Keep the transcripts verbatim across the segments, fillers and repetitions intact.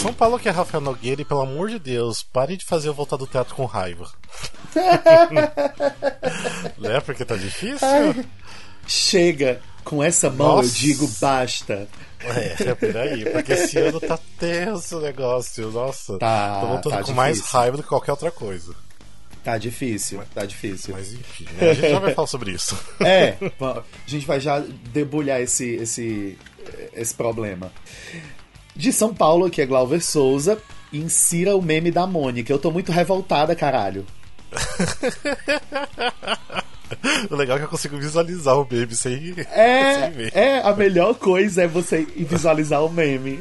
São Paulo que é Rafael Nogueira e, pelo amor de Deus, pare de fazer eu voltar do teatro com raiva. Né? Porque tá difícil. Ai, chega, com essa mão. Nossa. Eu digo basta. É, peraí, porque esse ano tá tenso o negócio. Nossa, tá, tô voltando tá com difícil. Mais raiva do que qualquer outra coisa. Tá difícil, mas, tá difícil. Mas enfim, né? A gente já vai falar sobre isso. É, a gente vai já debulhar esse, esse, esse problema. De São Paulo, aqui é Glauber Souza. Insira o meme da Mônica. Eu tô muito revoltada, caralho. O legal é que eu consigo visualizar o meme sem, é, sem ver. É, a melhor coisa é você visualizar o meme.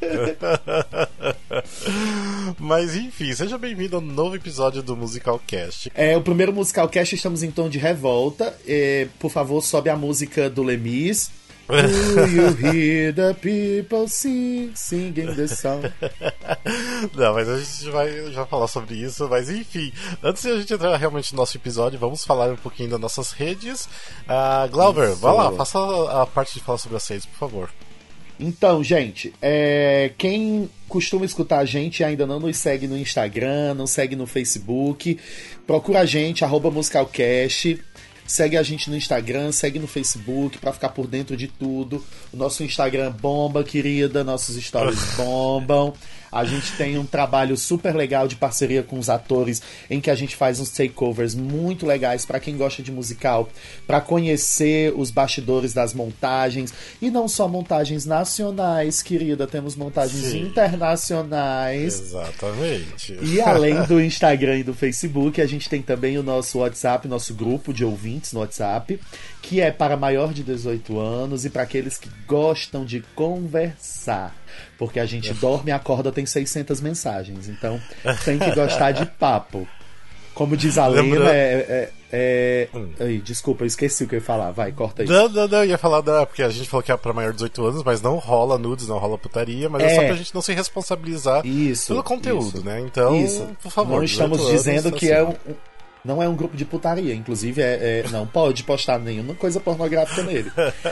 Mas enfim, seja bem-vindo ao novo episódio do Musicalcast. É, o primeiro Musicalcast, estamos em tom de revolta. É, por favor, sobe a música do Lemis. Do you hear the people sing, singing the song? Não, mas a gente vai já falar sobre isso. Mas enfim, antes de a gente entrar realmente no nosso episódio, vamos falar um pouquinho das nossas redes. uh, Glauber, isso. Vai lá, faça a parte de falar sobre as redes, por favor. Então, gente, é, quem costuma escutar a gente e ainda não nos segue no Instagram, não segue no Facebook, procura a gente, arroba Musicalcast. Segue a gente no Instagram, segue no Facebook pra ficar por dentro de tudo. O nosso Instagram bomba, querida. Nossos stories bombam. A gente tem um trabalho super legal de parceria com os atores, em que a gente faz uns takeovers muito legais pra quem gosta de musical, pra conhecer os bastidores das montagens. E não só montagens nacionais, querida. Temos montagens Sim. internacionais. Exatamente. E além do Instagram e do Facebook, a gente tem também o nosso WhatsApp, nosso grupo de ouvintes no WhatsApp, que é para maior de dezoito anos e para aqueles que gostam de conversar. Porque a gente dorme e acorda, tem seiscentas mensagens. Então tem que gostar de papo. Como diz a Lena, é... é, é... Hum. Ai, desculpa, eu esqueci o que eu ia falar. Vai, corta aí. Não, não, não, eu ia falar da... Porque a gente falou que é pra maior de dezoito anos, mas não rola nudes, não rola putaria, mas é, é só pra gente não se responsabilizar isso, pelo conteúdo, isso. né? Então, isso. por favor. Não estamos dizendo que assim. é um... Não é um grupo de putaria, inclusive é, é, não pode postar nenhuma coisa pornográfica nele.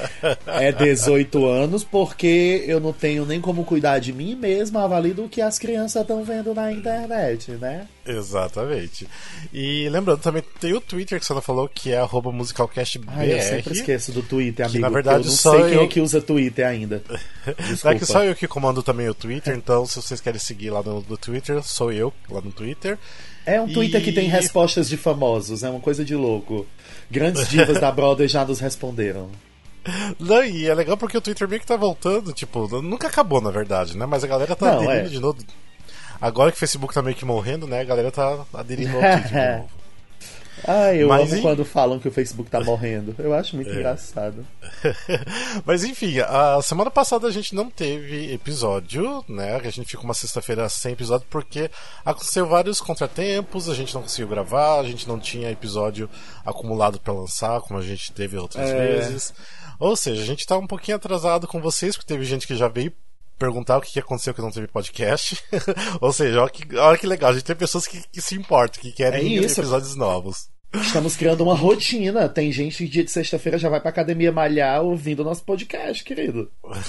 É dezoito anos porque eu não tenho nem como cuidar de mim mesmo, avalido o que as crianças estão vendo na internet, né? Exatamente. E lembrando, também tem o Twitter que você não falou, que é arroba musicalcastbr. Ah, eu sempre esqueço do Twitter, amigo. Que, na verdade, eu não só sei eu... quem é que usa Twitter ainda. Desculpa. É que só eu que comando também o Twitter, então se vocês querem seguir lá no, no Twitter, sou eu lá no Twitter. É um Twitter e... que tem respostas de famosos, é uma coisa de louco. Grandes divas da Broadway já nos responderam. Não, e é legal porque o Twitter meio que tá voltando, tipo, nunca acabou na verdade, né? Mas a galera tá Não, aderindo é. de novo. Agora que o Facebook tá meio que morrendo, né? A galera tá aderindo ao Twitter de novo. Ah, eu Mas, amo e... quando falam que o Facebook tá morrendo. Eu acho muito é. engraçado. Mas enfim, a semana passada a gente não teve episódio, né? A gente ficou uma sexta-feira sem episódio porque aconteceu vários contratempos, a gente não conseguiu gravar, a gente não tinha episódio acumulado pra lançar, como a gente teve outras é. vezes. Ou seja, a gente tá um pouquinho atrasado com vocês, porque teve gente que já veio perguntar o que aconteceu que não teve podcast. Ou seja, olha que, olha que legal, a gente tem pessoas que, que se importam, que querem é episódios novos. Estamos criando uma rotina. Tem gente que dia de sexta-feira já vai pra academia malhar ouvindo o nosso podcast, querido.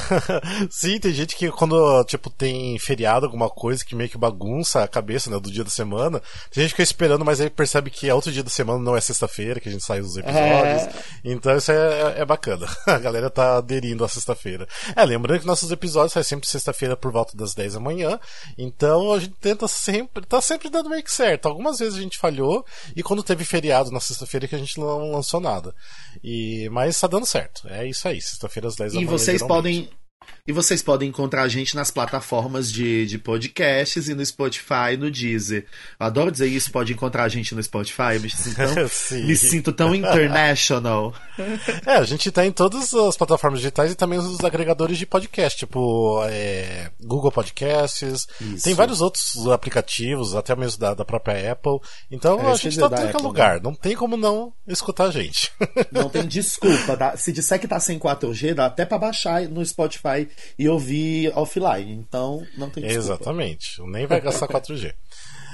Sim, tem gente que quando, tipo, tem feriado, alguma coisa que meio que bagunça a cabeça, né, do dia da semana. Tem gente que fica esperando, mas aí percebe que é outro dia da semana, não é sexta-feira, que a gente sai os episódios. É... Então isso é, é bacana. A galera tá aderindo à sexta-feira. É, lembrando que nossos episódios saem sempre sexta-feira por volta das dez da manhã. Então a gente tenta sempre, tá sempre dando meio que certo. Algumas vezes a gente falhou, e quando teve feriado na sexta-feira que a gente não lançou nada. E, mas tá dando certo. É isso aí, sexta-feira às dez da manhã. E vocês podem. E vocês podem encontrar a gente nas plataformas de, de podcasts e no Spotify e no Deezer. Eu adoro dizer isso, pode encontrar a gente no Spotify. Eu me sinto tão, me sinto tão international. É, a gente tá em todas as plataformas digitais e também os agregadores de podcast, tipo é, Google Podcasts. Isso. Tem vários outros aplicativos, até mesmo da, da própria Apple. Então é, a gente tá em todo Apple, lugar. Né? Não tem como não escutar a gente. Não tem desculpa. Tá? Se disser que tá sem quatro G, dá até pra baixar no Spotify e ouvir offline, então não tem desculpa. Exatamente, nem vai gastar quatro G.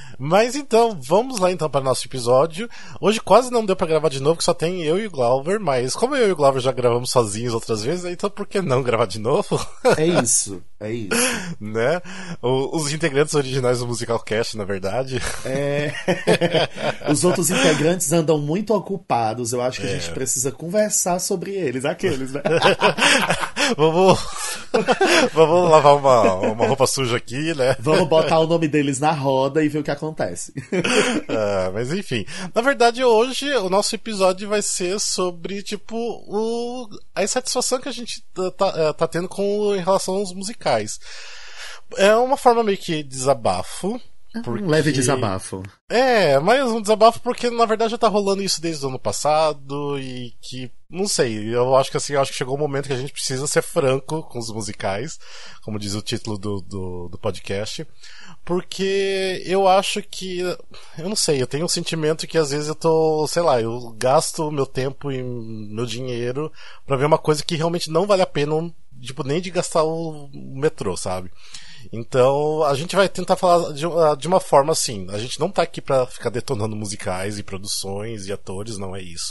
Mas então, vamos lá então para o nosso episódio. Hoje quase não deu para gravar de novo, que só tem eu e o Glauber, mas como eu e o Glauber já gravamos sozinhos outras vezes, então por que não gravar de novo? É isso, é isso. Né? O, os integrantes originais do Musicalcast, na verdade. É... Os outros integrantes andam muito ocupados, eu acho que é. a gente precisa conversar sobre eles, aqueles, né? vamos... vamos lavar uma, uma roupa suja aqui, né? Vamos botar o nome deles na roda e ver o que acontece. ah, mas enfim, na verdade hoje o nosso episódio vai ser sobre tipo o, a insatisfação que a gente tá, tá tendo com em relação aos musicais. É uma forma meio que desabafo. Porque... Um leve desabafo. É, mas um desabafo porque na verdade já tá rolando isso desde o ano passado e que, não sei, eu acho que assim, eu acho que chegou o momento que a gente precisa ser franco com os musicais, como diz o título do, do, do podcast, porque eu acho que, eu não sei, eu tenho um sentimento que às vezes eu tô, sei lá, eu gasto meu tempo e meu dinheiro pra ver uma coisa que realmente não vale a pena, tipo, nem de gastar o metrô, sabe? Então, a gente vai tentar falar de, de uma forma assim. A gente não tá aqui pra ficar detonando musicais e produções e atores, não é isso.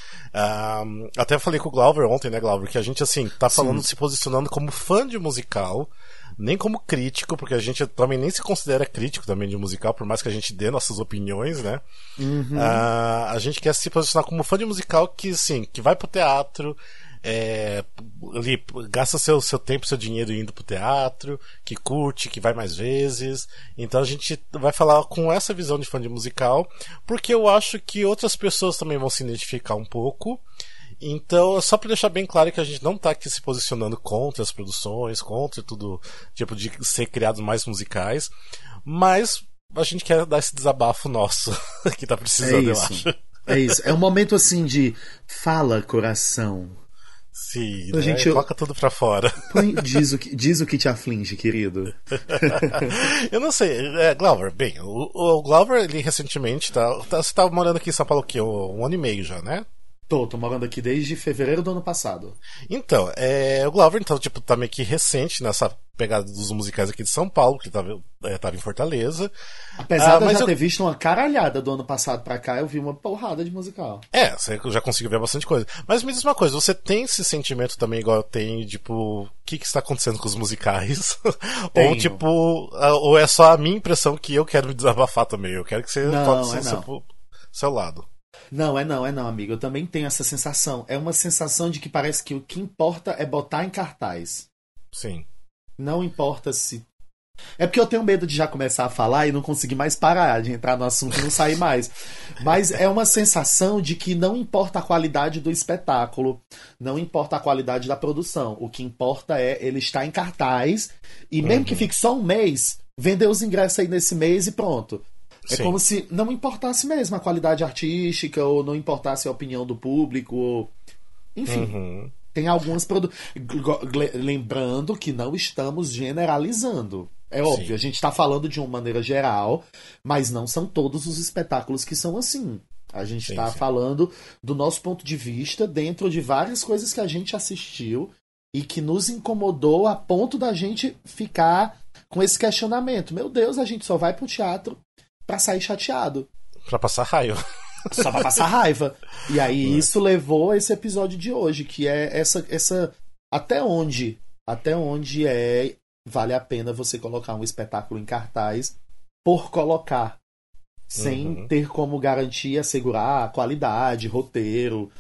Um, até falei com o Glauber ontem, né, Glauber, que a gente, assim, tá falando, Sim. se posicionando como fã de musical, nem como crítico, porque a gente também nem se considera crítico também de musical, por mais que a gente dê nossas opiniões, né? Uhum. Uh, a gente quer se posicionar como fã de musical que, assim, que vai pro teatro, É, ali, gasta seu, seu tempo, seu dinheiro indo pro teatro, que curte, que vai mais vezes. Então a gente vai falar com essa visão de fã de musical, porque eu acho que outras pessoas também vão se identificar um pouco. Então, só para deixar bem claro que a gente não tá aqui se posicionando contra as produções, contra tudo, tipo, de ser criados mais musicais, mas a gente quer dar esse desabafo nosso que tá precisando, é eu acho. É isso, é um momento assim de fala, coração. Sim, né? Gente, coloca tudo pra fora. Põe, diz, o que, diz o que te aflige, querido. Eu não sei, é, Glauber, bem, o, o Glauber, ele recentemente tá, tá, você tá morando aqui em São Paulo o quê? Um, um ano e meio já, né? Tô, tô morando aqui desde fevereiro do ano passado. Então, é, o Glauber, então, tipo, tá meio que recente nessa pegada dos musicais aqui de São Paulo, que tava, é, tava em Fortaleza. Apesar ah, de eu já eu... ter visto uma caralhada do ano passado pra cá, eu vi uma porrada de musical. É, você já conseguiu ver bastante coisa. Mas me diz uma coisa, você tem esse sentimento também igual eu tenho, tipo, o que que está acontecendo com os musicais? Ou, tipo, ou é só a minha impressão que eu quero me desabafar também? Eu quero que você não, toque é seu, seu, seu lado. Não, é não, é não, amigo. Eu também tenho essa sensação. É uma sensação de que parece que o que importa é botar em cartaz. Sim. Não importa se... É porque eu tenho medo de já começar a falar e não conseguir mais parar, de entrar no assunto e não sair mais. Mas é uma sensação de que não importa a qualidade do espetáculo, não importa a qualidade da produção. O que importa é ele estar em cartaz e mesmo uhum. que fique só um mês, vender os ingressos aí nesse mês e pronto. É Sim. como se não importasse mesmo a qualidade artística, ou não importasse a opinião do público, ou... enfim. Uhum. Tem algumas produções. Lembrando que não estamos generalizando. É óbvio, Sim. a gente está falando de uma maneira geral, mas não são todos os espetáculos que são assim. A gente está falando do nosso ponto de vista dentro de várias coisas que a gente assistiu e que nos incomodou a ponto da gente ficar com esse questionamento. Meu Deus, a gente só vai pro teatro pra sair chateado. Pra passar raiva. Só pra passar raiva. E aí é. isso levou a esse episódio de hoje, que é essa, essa até onde até onde é vale a pena você colocar um espetáculo em cartaz por colocar, sem uhum. ter como garantir assegurar a qualidade, roteiro.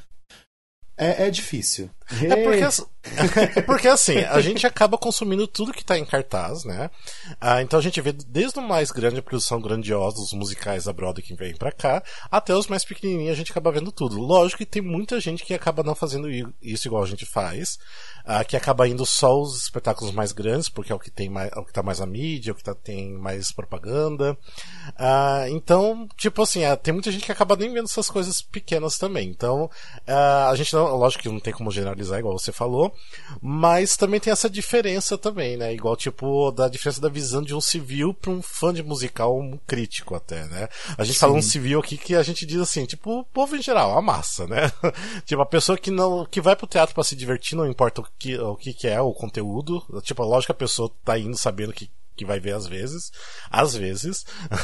É, é difícil. É porque, é porque assim, a gente acaba consumindo tudo que tá em cartaz, né? Ah, então a gente vê desde o mais grande, a produção grandiosa, os musicais da Broadway que vem pra cá, até os mais pequenininhos a gente acaba vendo tudo. Lógico que tem muita gente que acaba não fazendo isso igual a gente faz, ah, que acaba indo só os espetáculos mais grandes, porque é o que tem mais, é o que tá mais na mídia, é o que tá, tem mais propaganda. Ah, então, tipo assim, ah, tem muita gente que acaba nem vendo essas coisas pequenas também. Então, ah, a gente não, lógico que não tem como generalizar, igual você falou, mas também tem essa diferença também, né? Igual, tipo, da diferença da visão de um civil para um fã de musical, um crítico até, né? A gente Sim. fala um civil aqui que a gente diz assim, tipo, o povo em geral, a massa, né? Tipo, a pessoa que não, que vai pro teatro para se divertir, não importa o que, o que que é o conteúdo, tipo, lógico que a pessoa tá indo sabendo que que vai ver às vezes, às vezes.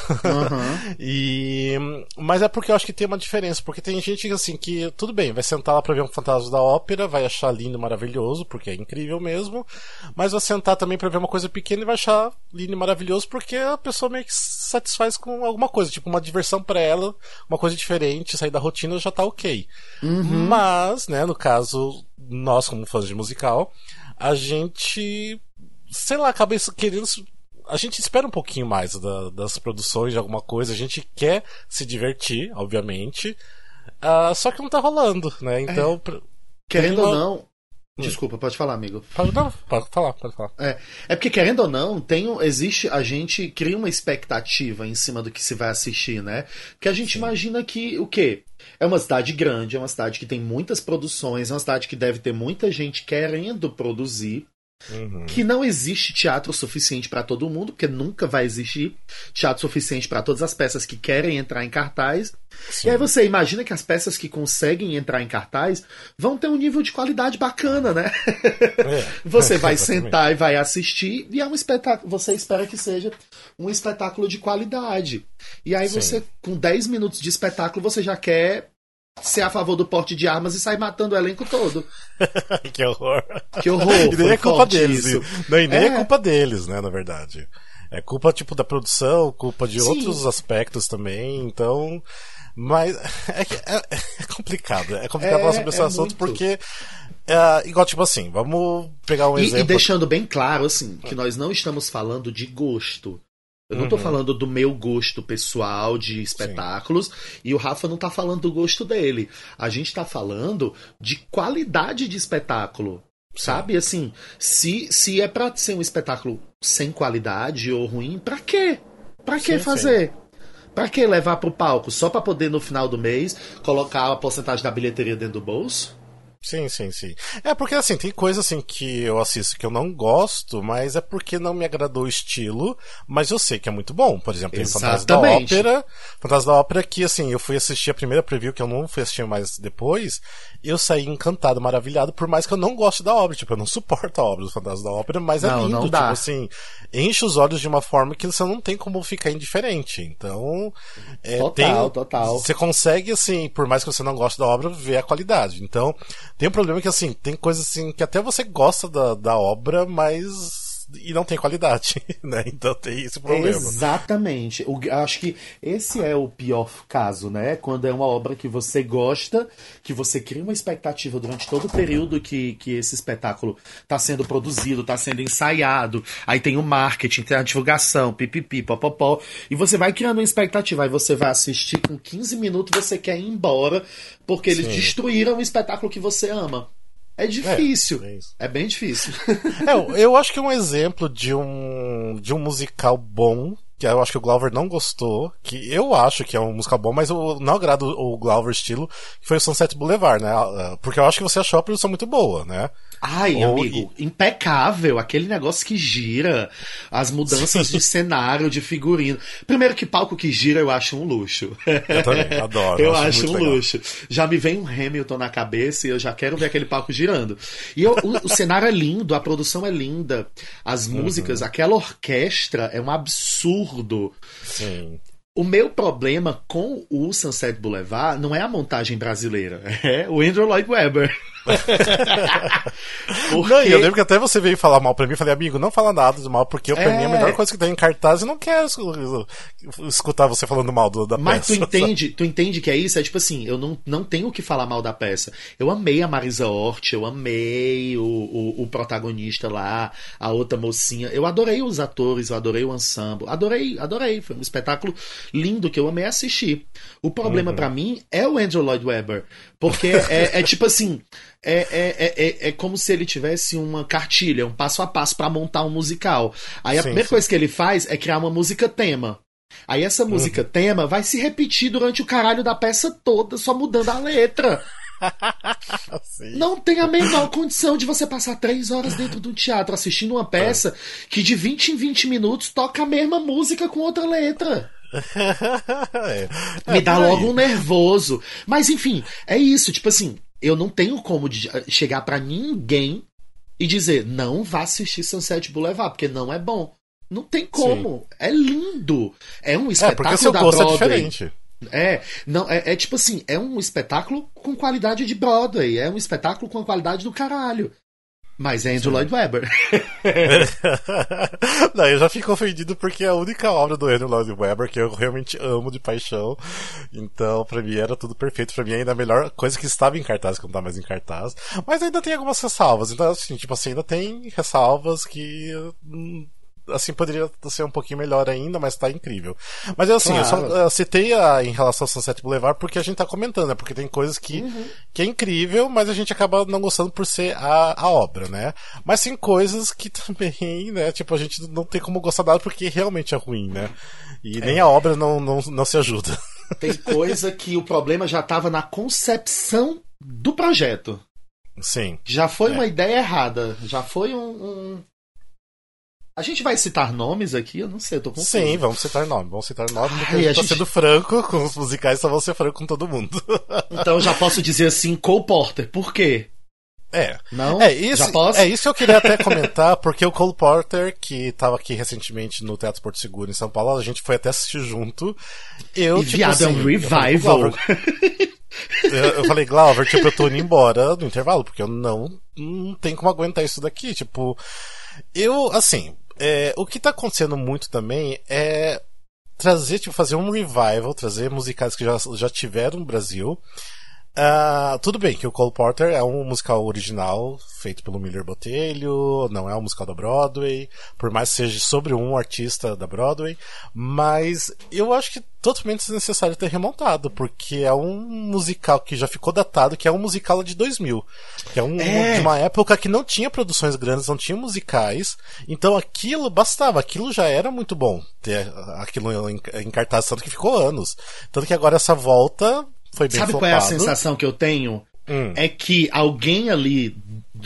Uhum. e, mas é porque eu acho que tem uma diferença, porque tem gente assim que, tudo bem, vai sentar lá pra ver um Fantasma da Ópera, vai achar lindo, maravilhoso, porque é incrível mesmo, mas vai sentar também pra ver uma coisa pequena e vai achar lindo e maravilhoso porque a pessoa meio que se satisfaz com alguma coisa, tipo uma diversão pra ela, uma coisa diferente, sair da rotina já tá ok. Uhum. Mas, né, no caso, nós como fãs de musical, a gente, sei lá, acaba querendo... A gente espera um pouquinho mais da, das produções de alguma coisa, a gente quer se divertir, obviamente, uh, só que não tá rolando, né? Então. É. Querendo uma... ou não. Desculpa, pode falar, amigo. Pode, não, pode falar, pode falar. É, é porque, querendo ou não, tem, existe, a gente cria uma expectativa em cima do que se vai assistir, né? Porque a gente Sim. imagina que o quê? É uma cidade grande, é uma cidade que tem muitas produções, é uma cidade que deve ter muita gente querendo produzir. Uhum. Que não existe teatro suficiente para todo mundo, porque nunca vai existir teatro suficiente para todas as peças que querem entrar em cartaz. Sim. E aí você imagina que as peças que conseguem entrar em cartaz vão ter um nível de qualidade bacana, né? É. Você vai sentar e vai assistir, e é um espetáculo. Você espera que seja um espetáculo de qualidade. E aí Sim. você, com dez minutos de espetáculo, você já quer ser a favor do porte de armas e sair matando o elenco todo. Que horror. Que horror. E nem é culpa deles. Isso. Não, e nem é. é culpa deles, né, na verdade. É culpa, tipo, da produção, culpa de Sim. outros aspectos também, então... Mas é, é, é complicado. É complicado é, falar sobre esse é assunto muito. Porque... É, igual, tipo assim, vamos pegar um e, exemplo... E deixando bem claro, assim, que nós não estamos falando de gosto. Eu não tô uhum. falando do meu gosto pessoal de espetáculos. Sim. E o Rafa não tá falando do gosto dele. A gente tá falando de qualidade de espetáculo. Sim. Sabe? Assim, se, se é pra ser um espetáculo sem qualidade ou ruim, pra quê? Pra que fazer? Sim. Pra que levar pro palco? Só pra poder no final do mês colocar a porcentagem da bilheteria dentro do bolso? Sim, sim, sim. É porque, assim, tem coisa assim que eu assisto que eu não gosto, mas é porque não me agradou o estilo, mas eu sei que é muito bom. Por exemplo, tem Fantasma da Ópera. Fantasma da Ópera que, assim, eu fui assistir a primeira preview, que eu não fui assistir mais depois, e eu saí encantado, maravilhado, por mais que eu não goste da obra. Tipo, eu não suporto a obra do Fantasma da Ópera, mas é não, lindo. Não dá. Tipo assim, enche os olhos de uma forma que você não tem como ficar indiferente. Então, é, total, tem, total. Você consegue, assim, por mais que você não goste da obra, ver a qualidade. Então, tem um problema que, assim, tem coisas assim que até você gosta da, da obra, mas... e não tem qualidade, né? Então tem esse problema. Exatamente. O, acho que esse é o pior caso, né? Quando é uma obra que você gosta, que você cria uma expectativa durante todo o período que, que esse espetáculo está sendo produzido, está sendo ensaiado, aí tem o marketing, tem a divulgação, pipipi, popopó, e você vai criando uma expectativa, aí você vai assistir com quinze minutos, você quer ir embora, porque eles Sim. destruíram o espetáculo que você ama. É difícil. É, é, é bem difícil. É, eu, eu acho que um exemplo de um, de um musical bom, que eu acho que o Glauber não gostou, que eu acho que é um musical bom, mas eu não agrado o Glauber estilo, que foi o Sunset Boulevard, né? Porque eu acho que você achou a produção muito boa, né? Ai, Ou, amigo, e... impecável. Aquele negócio que gira, as mudanças Sim. de cenário, de figurino. Primeiro que palco que gira eu acho um luxo. Eu também, adoro. Eu acho, acho um legal. luxo. Já me vem um Hamilton na cabeça e eu já quero ver aquele palco girando. E eu, o, o cenário é lindo, a produção é linda. As músicas, uhum. aquela orquestra é um absurdo. Sim. O meu problema com o Sunset Boulevard não é a montagem brasileira, é o Andrew Lloyd Webber. Porque... Não, e eu lembro que até você veio falar mal pra mim, eu falei, amigo, não fala nada de mal, porque pra é... mim a melhor coisa que tem em cartaz, eu não quero escutar você falando mal do, da Mas peça. Mas tu entende, tu entende que é isso? É tipo assim, eu não, não tenho o que falar mal da peça. Eu amei a Marisa Hort, eu amei o, o, o protagonista lá, a outra mocinha, eu adorei os atores, eu adorei o ensemble, adorei, adorei, foi um espetáculo lindo que eu amei assistir. O problema uhum. pra mim é o Andrew Lloyd Webber, porque é, é tipo assim, É, é, é, é como se ele tivesse uma cartilha, um passo a passo pra montar um musical. Aí a sim, primeira sim. coisa que ele faz é criar uma música tema. Aí essa música uhum. tema vai se repetir durante o caralho da peça toda, só mudando a letra. Não tem a menor condição de você passar três horas dentro de um teatro assistindo uma peça é. que de vinte em vinte minutos toca a mesma música com outra letra. é. Me é, dá logo um nervoso. Mas enfim, é isso, tipo assim, eu não tenho como chegar pra ninguém e dizer, não vá assistir Sunset Boulevard, porque não é bom. Não tem como. Sim. É lindo. É um espetáculo é, porque seu da gosto Broadway. É diferente. É, não, é, é tipo assim, é um espetáculo com qualidade de Broadway, é um espetáculo com a qualidade do caralho. Mas é Andrew Lloyd Webber. Não, eu já fico ofendido porque é a única obra do Andrew Lloyd Webber que eu realmente amo de paixão. Então, pra mim era tudo perfeito. Pra mim ainda a melhor coisa que estava em cartaz, que não tá mais em cartaz. Mas ainda tem algumas ressalvas. Então, assim, tipo assim, ainda tem ressalvas que... Hum, assim, poderia ser um pouquinho melhor ainda, mas tá incrível. Mas assim, claro. eu só eu citei a, em relação ao Sunset Boulevard porque a gente tá comentando, né? Porque tem coisas que, uhum. que é incrível, mas a gente acaba não gostando por ser a, a obra, né? Mas tem coisas que também, né? Tipo, a gente não tem como gostar dela porque realmente é ruim, né? E nem é. a obra não, não, não se ajuda. Tem coisa que o problema já tava na concepção do projeto. Sim. Já foi é. uma ideia errada. Já foi um... um... A gente vai citar nomes aqui? Eu não sei, eu tô confuso. Sim, vamos citar nomes. Vamos citar nomes porque Ai, a gente a tá gente... sendo franco com os musicais, só vão ser franco com todo mundo. Então eu já posso dizer assim, Cole Porter. Por quê? É. Não? É isso, já posso? é isso que eu queria até comentar, porque o Cole Porter, que tava aqui recentemente no Teatro Porto Seguro em São Paulo, a gente foi até assistir junto. Eu, e tipo viado, assim, é um revival. Eu, eu falei, Glauber, tipo, eu tô indo embora no intervalo, porque eu não, não tenho como aguentar isso daqui. Tipo, eu, assim... É, o que tá acontecendo muito também é trazer, tipo, fazer um revival, trazer musicais que já, já tiveram no Brasil. Uh, tudo bem que o Cole Porter é um musical original, feito pelo Miller Botelho, não é um musical da Broadway, por mais que seja sobre um artista da Broadway, mas eu acho que totalmente desnecessário ter remontado, porque é um musical que já ficou datado, que é um musical de dois mil, que é, um, é. de uma época que não tinha produções grandes, não tinha musicais, então aquilo bastava, aquilo já era muito bom, ter aquilo em, em cartaz, tanto que ficou anos, tanto que agora essa volta foi bem Sabe flopado. Qual é a sensação que eu tenho? Hum. É que alguém ali,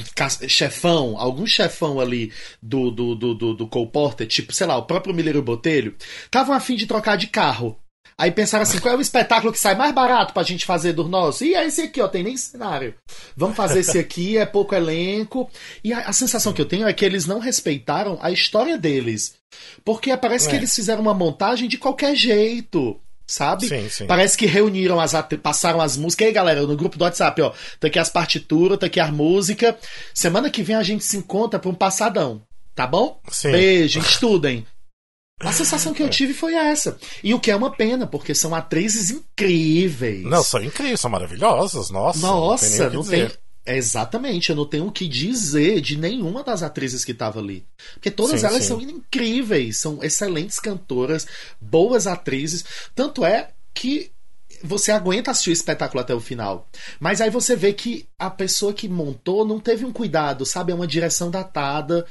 chefão, algum chefão ali do, do, do, do, do Cole Porter, tipo, sei lá, o próprio Miller Botelho, estavam a fim de trocar de carro. Aí pensaram assim, qual é o espetáculo que sai mais barato pra gente fazer do nosso? E é esse aqui, ó, tem nem cenário. Vamos fazer esse aqui, é pouco elenco. E a, a sensação que eu tenho é que eles não respeitaram a história deles. Porque parece é. que eles fizeram uma montagem de qualquer jeito. Sabe? Sim, sim. Parece que reuniram as passaram as músicas. E aí, galera, no grupo do WhatsApp, ó, tá aqui as partituras, tá aqui a música. Semana que vem a gente se encontra pra um passadão, tá bom? Sim. Beijo, estudem. A sensação que eu tive foi essa. E o que é uma pena, porque são atrizes incríveis. Não, são incríveis, são maravilhosas, nossa. Nossa, não tem. Não tem... Exatamente, eu não tenho o que dizer de nenhuma das atrizes que estavam ali. Porque todas sim, elas sim. são incríveis, são excelentes cantoras, boas atrizes. Tanto é que você aguenta assistir o espetáculo até o final. Mas aí você vê que a pessoa que montou não teve um cuidado, sabe? É uma direção datada.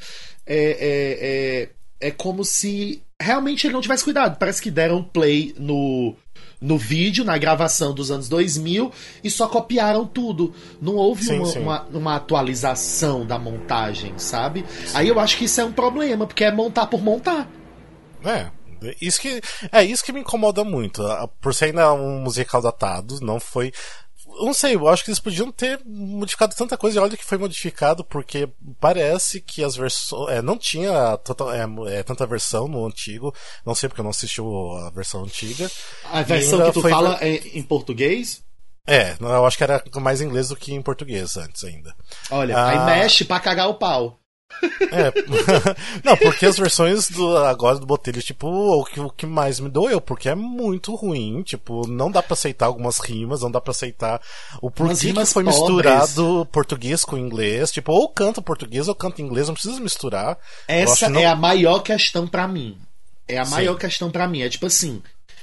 É, é, é, é como se realmente ele não tivesse cuidado. Parece que deram play no... no vídeo, na gravação dos anos dois mil, e só copiaram tudo. Não houve sim, uma, sim. Uma, uma atualização da montagem, sabe? Sim. Aí eu acho que isso é um problema, porque é montar por montar. É, isso que, é isso que me incomoda muito. Por ser ainda um musical datado, não foi... Não sei, eu acho que eles podiam ter modificado tanta coisa, e olha que foi modificado, porque parece que as versões... É, não tinha tanta, é, tanta versão no antigo, não sei porque eu não assisti a versão antiga. A versão que tu foi... fala é em português? É, eu acho que era mais em inglês do que em português antes ainda. Olha, ah... aí mexe pra cagar o pau. É. Não, porque as versões do, agora do Botelho, tipo, o que, o que mais me doeu, porque é muito ruim, tipo, não dá pra aceitar algumas rimas, não dá pra aceitar o porquê que foi pobres. misturado português com inglês, tipo, ou canta português ou canta inglês, não precisa misturar. Essa não... é a maior questão pra mim. É a Sim. maior questão pra mim, é tipo assim,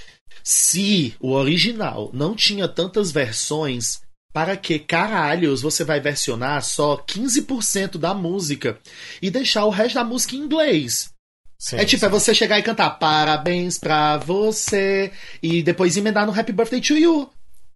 se o original não tinha tantas versões, para que caralhos você vai versionar só quinze por cento da música e deixar o resto da música em inglês? Sim, é tipo, sim. é você chegar e cantar parabéns pra você e depois emendar no Happy Birthday to You.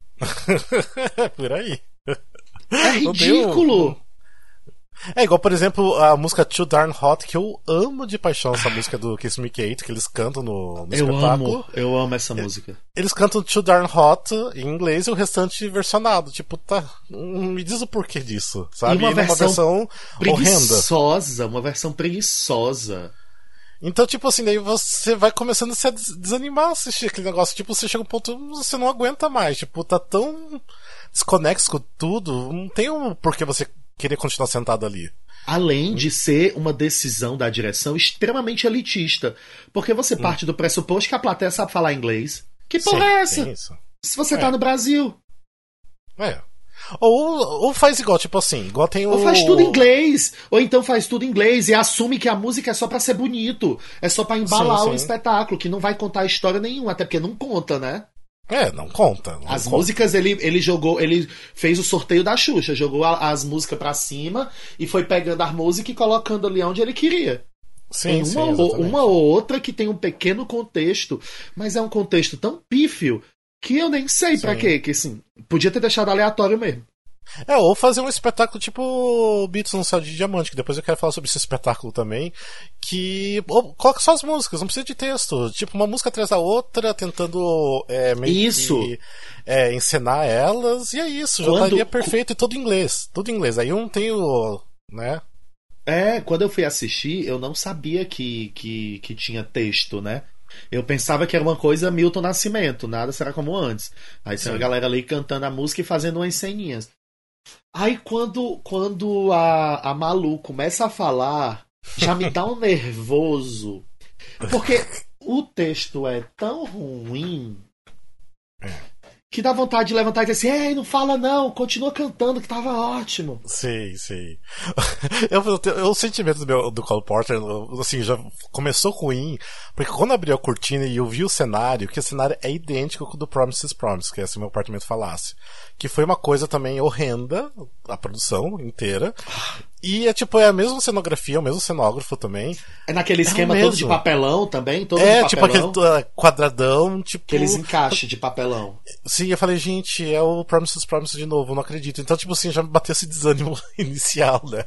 Por aí. É ridículo. É igual, por exemplo, a música Too Darn Hot, que eu amo de paixão essa música do Kiss Me Kate, que eles cantam no, no eu espetáculo. Amo, eu amo essa música. Eles cantam Too Darn Hot em inglês e o restante versionado. Tipo, tá, me diz o porquê disso, sabe? E uma, e versão, uma versão preguiçosa, horrenda. Uma versão preguiçosa. Então, tipo assim, daí você vai começando a se desanimar a assistir aquele negócio. Tipo, você chega a um ponto que você não aguenta mais. Tipo, tá tão desconexo com tudo. Não tem um porquê você querer continuar sentado ali. Além de ser uma decisão da direção extremamente elitista. Porque você hum. parte do pressuposto que a plateia sabe falar inglês. Que porra Sim, é essa? Isso. Se você é. tá no Brasil. É. Ou, ou faz igual, tipo assim, igual tem o... Ou faz tudo em inglês, ou então faz tudo em inglês e assume que a música é só pra ser bonito, é só pra embalar sim, sim. o espetáculo, que não vai contar história nenhuma, até porque não conta, né? É, não conta. Não as conta. músicas, ele, ele jogou, ele fez o sorteio da Xuxa, jogou a, as músicas pra cima e foi pegando a música e colocando ali onde ele queria. Sim, tem uma, sim, ou, uma ou outra que tem um pequeno contexto, mas é um contexto tão pífio que eu nem sei Sim. pra quê, que assim, podia ter deixado aleatório mesmo. É, ou fazer um espetáculo tipo Beatles no Céu de Diamante, que depois eu quero falar sobre esse espetáculo também, que ou, coloca só as músicas, não precisa de texto, tipo uma música atrás da outra, tentando é, meio isso. que é, encenar elas, e é isso, já Quando... estaria perfeito e tudo em inglês, tudo em inglês, aí eu não tenho, né... É, quando eu fui assistir, eu não sabia que, que, que tinha texto, né? Eu pensava que era uma coisa Milton Nascimento, nada será como antes. Aí tem a galera ali cantando a música e fazendo umas ceninhas. Aí quando, quando a, a Malu começa a falar, já me dá um nervoso. Porque o texto é tão ruim que dá vontade de levantar e dizer assim, ei, não fala não, continua cantando que tava ótimo. Sei, sei. eu, eu, eu, o sentimento do, meu, do Cole Porter, assim, já começou ruim, porque quando abriu a cortina e eu vi o cenário, que o cenário é idêntico com o do Promises Promise, que é esse meu apartamento falasse. Que foi uma coisa também horrenda, a produção inteira. E é tipo, é a mesma cenografia, o mesmo cenógrafo também. É naquele esquema é todo de papelão também? Todo é, de tipo aquele quadradão, tipo. Aqueles encaixes de papelão. Sim, eu falei, gente, é o Promises Promise de novo, eu não acredito. Então, tipo assim, já me bateu esse desânimo inicial, né?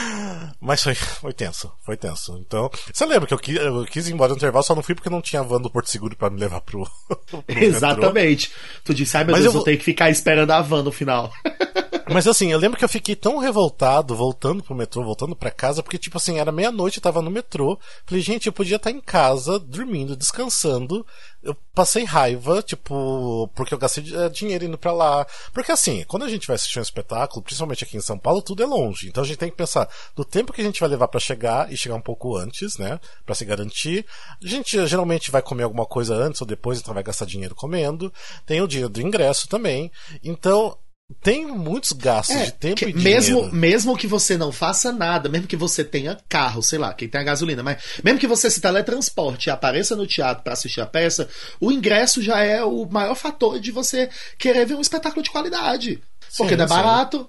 Mas foi, foi tenso, foi tenso. Então, você lembra que eu quis, eu quis ir embora no intervalo, só não fui porque não tinha van do Porto Seguro pra me levar pro. pro Exatamente. metrô. Tu disse, ai meu Mas Deus, eu vou ter que ficar esperando a van no final. Mas assim, eu lembro que eu fiquei tão revoltado voltando pro metrô, voltando pra casa, porque tipo assim, era meia-noite, eu tava no metrô. Falei, gente, eu podia estar em casa, dormindo, descansando. Eu passei raiva, tipo, porque eu gastei dinheiro indo pra lá. Porque assim, quando a gente vai assistir um espetáculo, principalmente aqui em São Paulo, tudo é longe. Então a gente tem que pensar do tempo que a gente vai levar pra chegar e chegar um pouco antes, né? Pra se garantir. A gente geralmente vai comer alguma coisa antes ou depois, então vai gastar dinheiro comendo. Tem o dinheiro do ingresso também. Então, tem muitos gastos é, de tempo que, e dinheiro. Mesmo, mesmo que você não faça nada, mesmo que você tenha carro, sei lá, quem tem a gasolina, mas mesmo que você se teletransporte e apareça no teatro para assistir a peça, o ingresso já é o maior fator de você querer ver um espetáculo de qualidade. Sim, porque não é barato.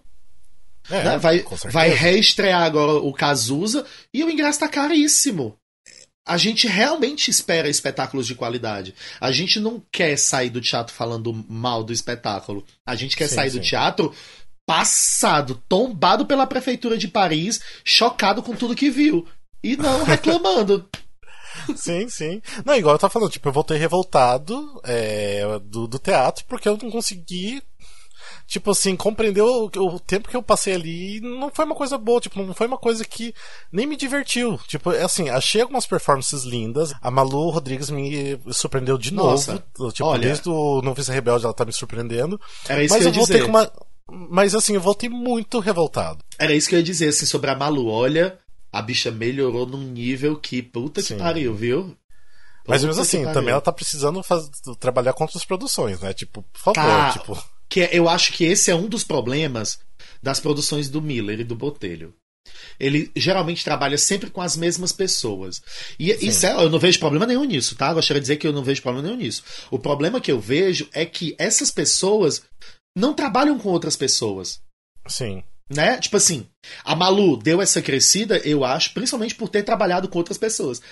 É, né? vai, vai reestrear agora o Cazuza e o ingresso tá caríssimo. A gente realmente espera espetáculos de qualidade. A gente não quer sair do teatro falando mal do espetáculo. A gente quer sim, sair sim. do teatro passado, tombado pela prefeitura de Paris, chocado com tudo que viu. E não reclamando. Sim, sim. Não, igual eu tava falando, tipo, eu voltei revoltado é, do, do teatro porque eu não consegui... Tipo assim, compreendeu o, o tempo que eu passei ali, não foi uma coisa boa, tipo, não foi uma coisa que nem me divertiu. Tipo, assim, achei algumas performances lindas. A Malu Rodrigues me surpreendeu de Nossa, novo. Tipo, olha, desde o Noviça Rebelde ela tá me surpreendendo. Era isso mas que eu eu ia voltei dizer. com uma. Mas assim, eu voltei muito revoltado. Era isso que eu ia dizer, assim, sobre a Malu. Olha, a bicha melhorou num nível que puta Sim. que pariu, viu? Puta mas mesmo assim, também ela tá precisando fazer, trabalhar com outras produções, né? Tipo, por favor, tá. tipo. Que eu acho que esse é um dos problemas das produções do Miller e do Botelho. Ele geralmente trabalha sempre com as mesmas pessoas. E Sim. isso é, eu não vejo problema nenhum nisso, tá? Gostaria de dizer que eu não vejo problema nenhum nisso. O problema que eu vejo é que essas pessoas não trabalham com outras pessoas. Sim. Né? Tipo assim, a Malu deu essa crescida, eu acho, principalmente por ter trabalhado com outras pessoas.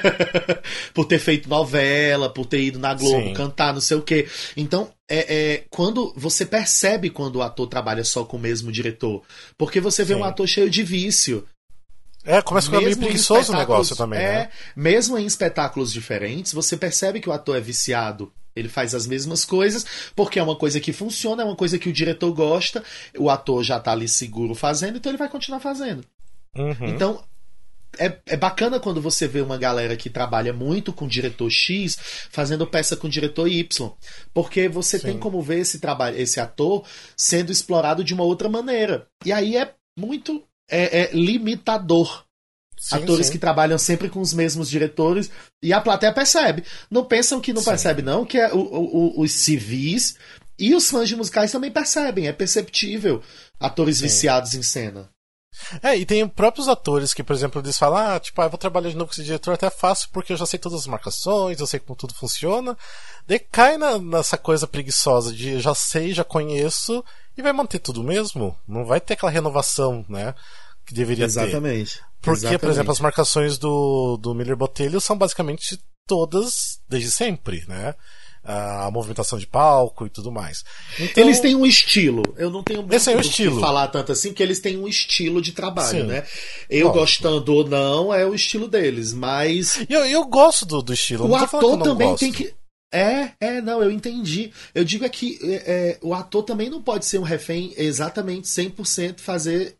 Por ter feito novela, por ter ido na Globo, Sim. cantar, não sei o quê. Então, é, é, quando você percebe quando o ator trabalha só com o mesmo diretor. Porque você vê Sim. um ator cheio de vício. É, começa a ficar meio preguiçoso o negócio também, é, né? Mesmo em espetáculos diferentes, você percebe que o ator é viciado. Ele faz as mesmas coisas, porque é uma coisa que funciona, é uma coisa que o diretor gosta, o ator já tá ali seguro fazendo, então ele vai continuar fazendo. Uhum. Então, é, é bacana quando você vê uma galera que trabalha muito com diretor X fazendo peça com diretor Y. Porque você Sim. tem como ver esse trabalho, esse ator sendo explorado de uma outra maneira. E aí é muito é, é limitador. Sim, Atores sim. que trabalham sempre com os mesmos diretores e a plateia percebe. Não pensam que não sim. percebe, não, que é o, o, os civis e os fãs de musicais também percebem. É perceptível atores sim. viciados em cena. É, e tem próprios atores que, por exemplo, eles falam, ah, tipo, ah, eu vou trabalhar de novo com esse diretor, até fácil, porque eu já sei todas as marcações, eu sei como tudo funciona. Daí cai na, nessa coisa preguiçosa de já sei, já conheço, e vai manter tudo mesmo. Não vai ter aquela renovação, né, que deveria Exatamente. ter. Porque, Exatamente. por exemplo, as marcações do, do Miller Botelho são basicamente todas desde sempre, né? A movimentação de palco e tudo mais. Então, eles têm um estilo. Eu não tenho muito é um o estilo. que falar tanto assim, porque eles têm um estilo de trabalho, Sim. né? Eu Lógico. gostando ou não, é o estilo deles, mas... Eu, eu gosto do, do estilo. O não tô ator que eu não também gosto. tem que... É, é, não, eu entendi. Eu digo é que é, é, o ator também não pode ser um refém exatamente cem por cento fazer...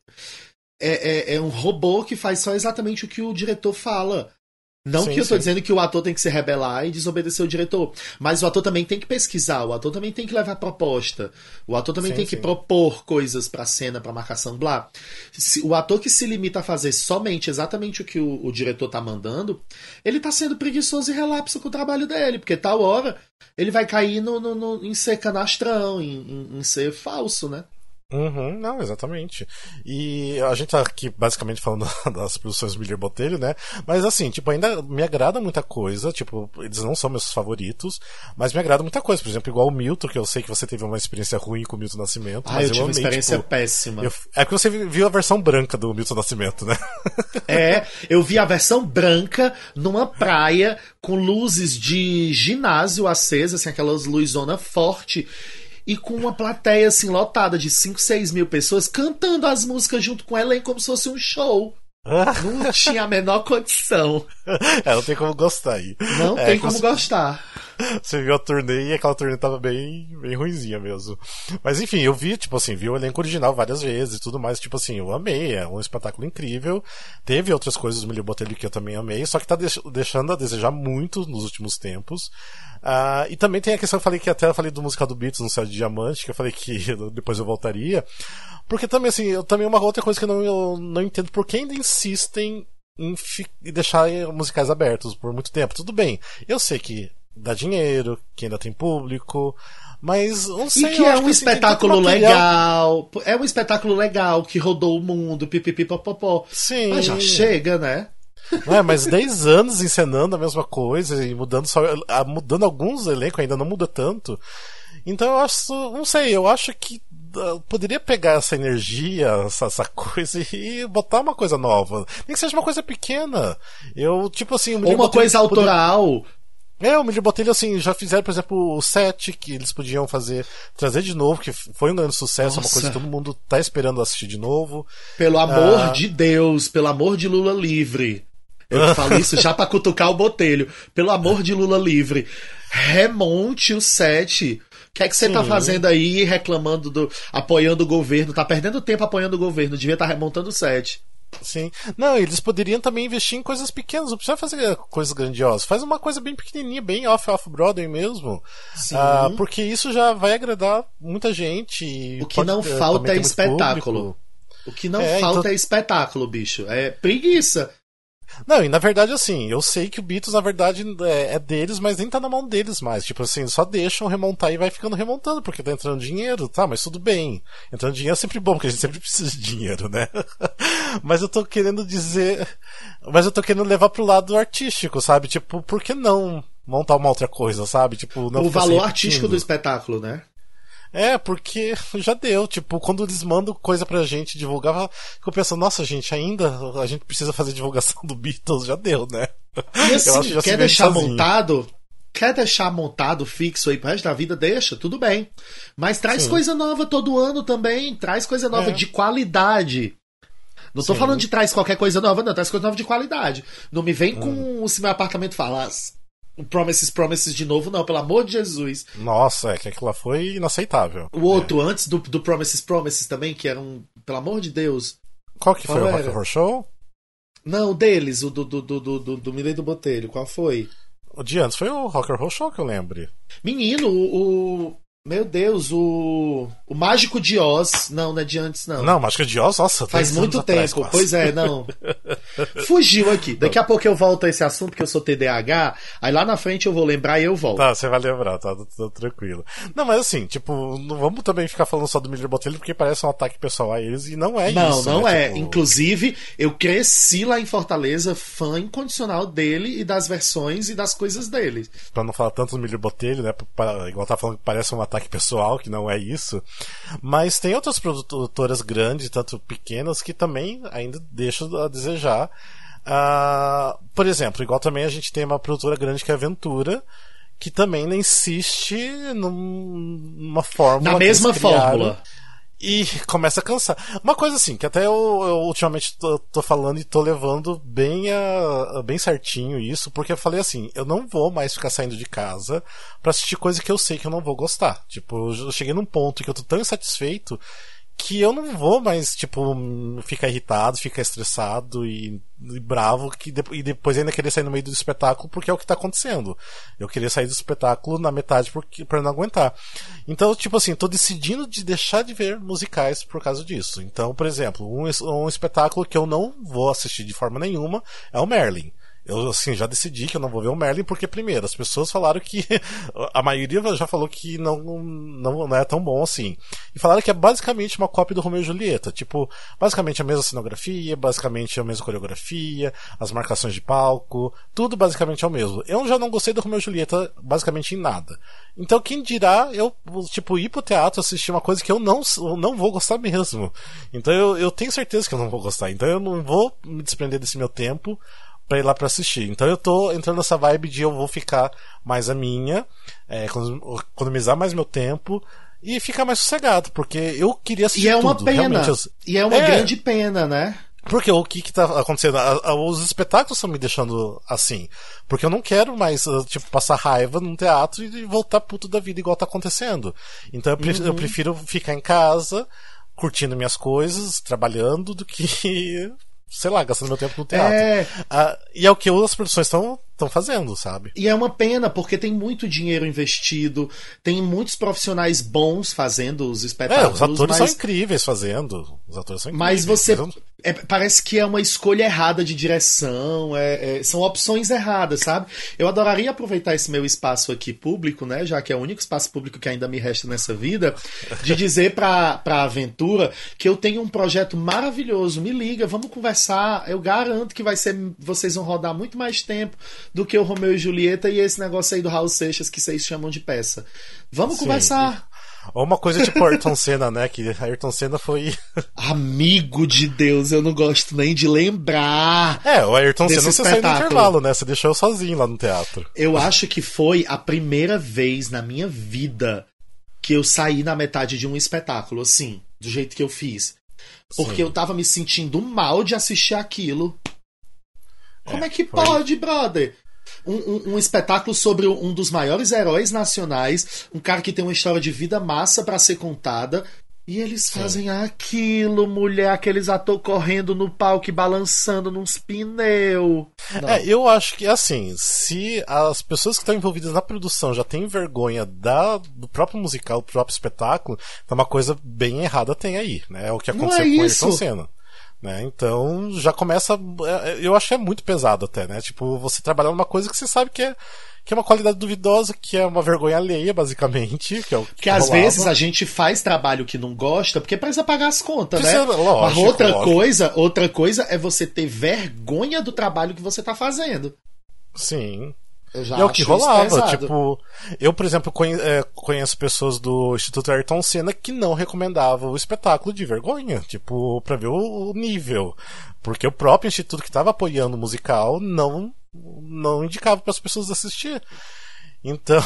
É, é, é um robô que faz só exatamente o que o diretor fala. Não sim, que eu tô sim. dizendo que o ator tem que se rebelar e desobedecer o diretor, mas o ator também tem que pesquisar, o ator também tem que levar proposta, o ator também sim, tem que sim. propor coisas pra cena, pra marcação, blá. Se, o ator que se limita a fazer somente exatamente o que o, o diretor tá mandando, ele tá sendo preguiçoso e relapso com o trabalho dele, porque tal hora ele vai cair no, no, no, em ser canastrão, em, em, em ser falso, né? Uhum, não, exatamente. E a gente tá aqui basicamente falando das produções do Miller Botelho, né? Mas assim, tipo, ainda me agrada muita coisa. Tipo, eles não são meus favoritos, mas me agrada muita coisa. Por exemplo, igual o Milton, que eu sei que você teve uma experiência ruim com o Milton Nascimento. Ah, mas eu, eu tive amei, uma experiência tipo, péssima. Eu, é porque você viu a versão branca do Milton Nascimento, né? É, eu vi a versão branca numa praia com luzes de ginásio acesas, assim, aquelas luzona forte. E com uma plateia assim lotada de cinco, seis mil pessoas cantando as músicas junto com ela como se fosse um show. Não tinha a menor condição. É, não tem como gostar aí. Não é, tem como você... gostar. Você viu a turnê e aquela turnê tava bem, bem ruinzinha mesmo. Mas enfim, eu vi, tipo assim, vi o elenco original várias vezes e tudo mais, tipo assim, eu amei, é um espetáculo incrível. Teve outras coisas do Miller Botelho que eu também amei, só que tá deixando a desejar muito nos últimos tempos. Uh, e também tem a questão, eu falei que até eu falei do musical do Beatles no Céu de Diamante, que eu falei que depois eu voltaria. Porque também, assim, eu, também uma outra coisa que eu não, eu não entendo por que ainda insistem em, fi, em deixar musicais abertos por muito tempo. Tudo bem, eu sei que dá dinheiro, que ainda tem público, mas não sei. E que é um que, assim, espetáculo legal, é um espetáculo legal que rodou o mundo, pipipipopopó. Sim. Mas já chega, né? Não é, mas dez anos encenando a mesma coisa e mudando só, mudando alguns elencos, ainda não muda tanto. Então eu acho, não sei, eu acho que uh, poderia pegar essa energia, essa, essa coisa e botar uma coisa nova. Nem que seja uma coisa pequena. Eu, tipo assim, ou uma coisa autoral. Poder... É, o Miller Botelho, assim, já fizeram, por exemplo, o set que eles podiam fazer, trazer de novo, que foi um grande sucesso, Nossa. Uma coisa que todo mundo tá esperando assistir de novo. Pelo amor ah... de Deus, pelo amor de Lula livre. Eu falo isso já pra cutucar o Botelho. Pelo amor de Lula livre. Remonte o set. O que é que você Sim. tá fazendo aí reclamando do. Apoiando o governo? Tá perdendo tempo apoiando o governo. Devia estar tá remontando o set. Sim. Não, eles poderiam também investir em coisas pequenas, não precisa fazer coisas grandiosas. Faz uma coisa bem pequenininha, bem off-off-Broadway mesmo. Sim. Ah, porque isso já vai agradar muita gente. O que não falta é espetáculo. O que não é, falta então... é espetáculo, bicho. É preguiça. Não, e na verdade, assim, eu sei que o Beatles, na verdade, é, é deles, mas nem tá na mão deles mais. Tipo assim, só deixam remontar e vai ficando remontando, porque tá entrando dinheiro, tá, mas tudo bem. Entrando dinheiro é sempre bom, porque a gente sempre precisa de dinheiro, né? Mas eu tô querendo dizer. Mas eu tô querendo levar pro lado artístico, sabe? Tipo, por que não montar uma outra coisa, sabe? Tipo, não o valor artístico do espetáculo, né? É, porque já deu, tipo, quando eles mandam coisa pra gente divulgar, eu penso, nossa, gente, ainda a gente precisa fazer divulgação do Beatles, já deu, né? E assim, eu acho que já quer deixar sozinho. montado, quer deixar montado, fixo aí pro resto da vida, deixa, tudo bem. Mas traz Sim. coisa nova todo ano também, traz coisa nova é. de qualidade. Não tô Sim. falando de traz qualquer coisa nova, não, traz coisa nova de qualidade. Não me vem hum. com se meu apartamento falasse. O Promises, Promises de novo, não, pelo amor de Jesus. Nossa, é que aquilo lá foi inaceitável. O outro, é. antes do, do Promises, Promises também, que era um. Pelo amor de Deus. Qual que Qual foi era? O Rock Horror Show? Não, deles, o do, do, do, do, do, do Miller e do Botelho. Qual foi? O de antes foi o Rock and Roll Show, que eu lembro. Menino, o... o- Meu Deus, o... O Mágico de Oz. Não, não é de antes, não. Não, Mágica de Oz, nossa, Faz três muito anos atrás, tempo. quase. Pois é, não. Fugiu aqui. Daqui a pouco eu volto a esse assunto, porque eu sou T D A H. Aí lá na frente eu vou lembrar e eu volto. Tá, você vai lembrar, tá, tá, tá tranquilo. Não, mas assim, tipo, não vamos também ficar falando só do Miller Botelho, porque parece um ataque pessoal a eles, e não é Não, isso. não né? é. Tipo, Inclusive, eu cresci lá em Fortaleza, fã incondicional dele e das versões e das coisas dele. pra não falar tanto do Miller Botelho, né, pra, igual tá falando que parece um ataque pessoal, que não é isso. Mas tem outras produtoras grandes, tanto pequenas, que também ainda deixam a desejar. Uh, por exemplo, igual também a gente tem uma produtora grande que é a Aventura, que também insiste num, numa fórmula. Na mesma fórmula. E começa a cansar. Uma coisa assim, que até eu, eu ultimamente tô, tô falando e tô levando bem, a, bem certinho isso, porque eu falei assim, eu não vou mais ficar saindo de casa pra assistir coisa que eu sei que eu não vou gostar. Tipo, eu cheguei num ponto que eu tô tão insatisfeito que eu não vou mais, tipo, ficar irritado, ficar estressado e, e bravo que de, e depois ainda querer sair no meio do espetáculo, porque é o que tá acontecendo. Eu queria sair do espetáculo na metade porque, pra não aguentar. Então, tipo assim, tô decidindo de deixar de ver musicais por causa disso. Então, por exemplo, um, um espetáculo que eu não vou assistir de forma nenhuma é o Merlin. Eu, assim, já decidi que eu não vou ver o Merlin porque, primeiro, as pessoas falaram que a maioria já falou que não, não, não é tão bom assim. E falaram que é basicamente uma cópia do Romeu e Julieta. Tipo, basicamente a mesma cenografia, basicamente a mesma coreografia, as marcações de palco, tudo basicamente é o mesmo. Eu já não gostei do Romeu e Julieta basicamente em nada. Então, quem dirá eu, tipo, ir pro teatro assistir uma coisa que eu não, eu não vou gostar mesmo. Então, eu, eu tenho certeza que eu não vou gostar. Então, eu não vou me desprender desse meu tempo pra ir lá pra assistir. Então eu tô entrando nessa vibe de eu vou ficar mais a minha, é, economizar mais meu tempo e ficar mais sossegado, porque eu queria assistir E é uma tudo. pena. Eu... E é uma é... grande pena, né? Porque o que que tá acontecendo? Os espetáculos estão me deixando assim. Porque eu não quero mais, tipo, passar raiva num teatro e voltar puto da vida igual tá acontecendo. Então eu prefiro, uhum. eu prefiro ficar em casa, curtindo minhas coisas, trabalhando, do que sei lá, gastando meu tempo no teatro. É... Ah, e é o que as produções estão estão fazendo, sabe? E é uma pena, porque tem muito dinheiro investido, tem muitos profissionais bons fazendo os espetáculos. É, os atores mas... são incríveis fazendo. Os atores são incríveis. Mas você... Mas... É, parece que é uma escolha errada de direção, é, é, são opções erradas, sabe? Eu adoraria aproveitar esse meu espaço aqui público, né, já que é o único espaço público que ainda me resta nessa vida, de dizer pra, pra Aventura que eu tenho um projeto maravilhoso, me liga, vamos conversar, eu garanto que vai ser, vocês vão rodar muito mais tempo do que o Romeu e Julieta e esse negócio aí do Raul Seixas que vocês chamam de peça. Vamos Sim. conversar. Ou uma coisa tipo Ayrton Senna, né? Que Ayrton Senna foi... Amigo de Deus, eu não gosto nem de lembrar. É, o Ayrton Senna você saiu no intervalo, né? Você deixou eu sozinho lá no teatro. Eu acho que foi a primeira vez na minha vida que eu saí na metade de um espetáculo, assim, do jeito que eu fiz. Porque Sim. eu tava me sentindo mal de assistir aquilo. Como é, é que foi... pode, brother? Um, um, um espetáculo sobre um dos maiores heróis nacionais, um cara que tem uma história de vida massa pra ser contada, e eles fazem Sim. aquilo, mulher, aqueles atores correndo no palco e balançando nos pneus. É, eu acho que, assim, se as pessoas que estão envolvidas na produção já têm vergonha da, do próprio musical, do próprio espetáculo, então uma coisa bem errada tem aí, né? É o que aconteceu é com o Ayrton Senna. Né? Então já começa. Eu acho que é muito pesado até, né? Tipo, você trabalhar numa coisa que você sabe que é, que é uma qualidade duvidosa, que é uma vergonha alheia, basicamente. Que, é o que, que às vezes a gente faz trabalho que não gosta porque precisa pagar as contas, precisa, né? Lógico, Mas outra lógico. coisa, outra coisa é você ter vergonha do trabalho que você tá fazendo. Sim. Eu já e é o que rolava, pesado. tipo, eu, por exemplo, conheço pessoas do Instituto Ayrton Senna que não recomendavam o espetáculo de vergonha, tipo, pra ver o nível, porque o próprio instituto que estava apoiando o musical não, não indicava para as pessoas assistir. Então,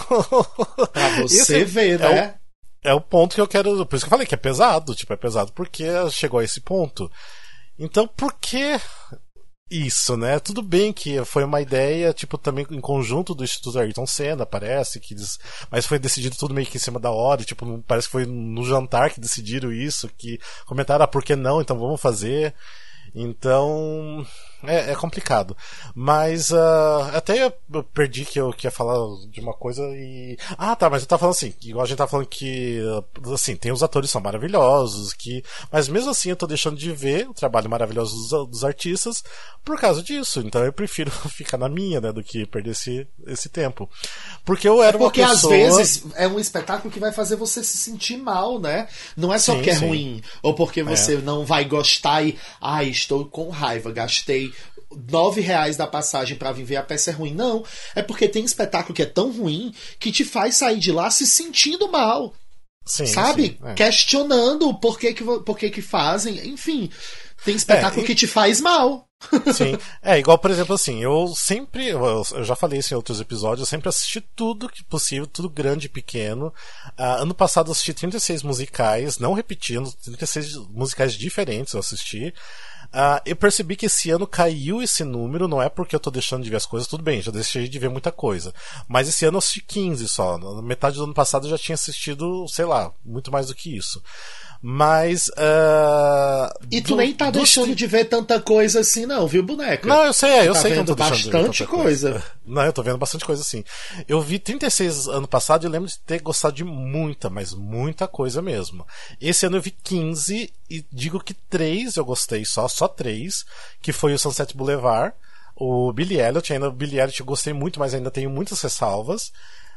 pra você ver, é né? O, é o ponto que eu quero, por isso que eu falei que é pesado, tipo, é pesado porque chegou a esse ponto. Então, por que isso, né? Tudo bem que foi uma ideia, tipo, também em conjunto do Instituto Ayrton Senna, parece, que eles... mas foi decidido tudo meio que em cima da hora, tipo, parece que foi no jantar que decidiram isso, que comentaram, ah, por que não? Então vamos fazer. Então, É, é complicado. Mas uh, até eu perdi que eu, que ia falar de uma coisa e. Ah, tá, mas eu tava falando assim, igual a gente tava falando que assim, tem os atores que são maravilhosos, que. Mas mesmo assim eu tô deixando de ver o trabalho maravilhoso dos, dos artistas por causa disso. Então eu prefiro ficar na minha, né, do que perder esse, esse tempo. Porque eu era é porque uma pessoa. Às vezes é um espetáculo que vai fazer você se sentir mal, né? Não é só Sim, porque é sim. ruim, ou porque você É. não vai gostar e. Ai, estou com raiva, gastei nove reais da passagem pra vir ver a peça é ruim. Não, é porque tem espetáculo que é tão ruim que te faz sair de lá se sentindo mal. Sim, sabe? sim, é. Questionando por que que, por que que fazem. Enfim, tem espetáculo É, e... que te faz mal. Sim, é igual, por exemplo, assim, eu sempre, eu, eu já falei isso em outros episódios, eu sempre assisti tudo que possível, tudo grande e pequeno. Uh, ano passado eu assisti trinta e seis musicais, não repetindo, trinta e seis musicais diferentes eu assisti. Uh, eu percebi que esse ano caiu esse número, não é porque eu tô deixando de ver as coisas, tudo bem, já deixei de ver muita coisa. Mas esse ano eu assisti quinze só, na metade do ano passado eu já tinha assistido, sei lá, muito mais do que isso. Mas. Uh, e tu do, nem tá deixando do... de ver tanta coisa assim, não, viu, boneca? Não, eu sei, eu tá sei que eu vendo não tô deixando de ver bastante tanta coisa. coisa. Não, eu tô vendo bastante coisa sim. Eu vi trinta e seis ano passado e eu lembro de ter gostado de muita, mas muita coisa mesmo. Esse ano eu vi quinze e digo que três eu gostei só, só três, que foi o Sunset Boulevard, o Billy Elliot, ainda o Billy Elliot eu gostei muito, mas ainda tenho muitas ressalvas.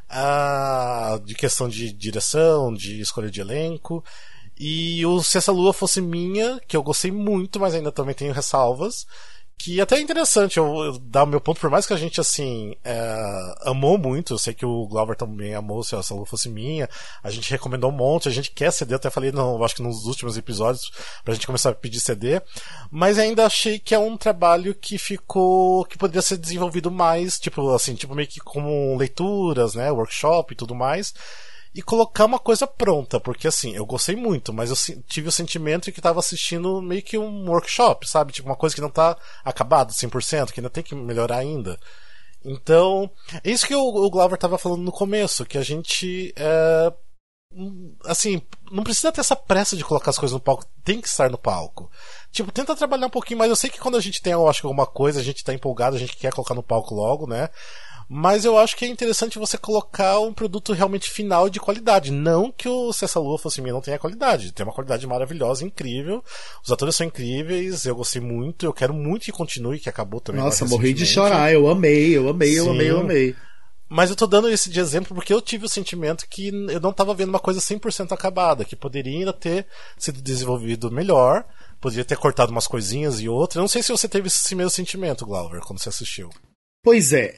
Ah, de questão de direção, de escolha de elenco. E o Se Essa Lua Fosse Minha, que eu gostei muito, mas ainda também tenho ressalvas. Que até é interessante eu, eu dar o meu ponto, por mais que a gente, assim, é, amou muito, eu sei que o Glauber também amou Se Essa Lua Fosse Minha, a gente recomendou um monte, a gente quer C D, eu até falei, não, acho que nos últimos episódios, pra gente começar a pedir C D, mas ainda achei que é um trabalho que ficou, que poderia ser desenvolvido mais, tipo, assim, tipo meio que como leituras, né, workshop e tudo mais, e colocar uma coisa pronta, porque assim, eu gostei muito, mas eu tive o sentimento de que estava assistindo meio que um workshop, sabe? Tipo, uma coisa que não tá acabado cem por cento, que ainda tem que melhorar ainda. Então, é isso que o, o Glauber estava falando no começo, que a gente, é, assim, não precisa ter essa pressa de colocar as coisas no palco, tem que estar no palco. Tipo, tenta trabalhar um pouquinho mais, eu sei que quando a gente tem, eu acho, alguma coisa, a gente tá empolgado, a gente quer colocar no palco logo, né? Mas eu acho que é interessante você colocar um produto realmente final de qualidade. Não que o Se Essa Lua Fosse Minha não tenha qualidade. Tem uma qualidade maravilhosa, incrível. Os atores são incríveis, eu gostei muito. Eu quero muito que continue, que acabou também. Nossa, morri de chorar. Eu amei, eu amei, eu Sim. amei, eu amei. Mas eu tô dando esse de exemplo porque eu tive o sentimento que eu não tava vendo uma coisa cem por cento acabada, que poderia ainda ter sido desenvolvido melhor, poderia ter cortado umas coisinhas e outras. Eu não sei se você teve esse mesmo sentimento, Glauber, quando você assistiu. Pois é,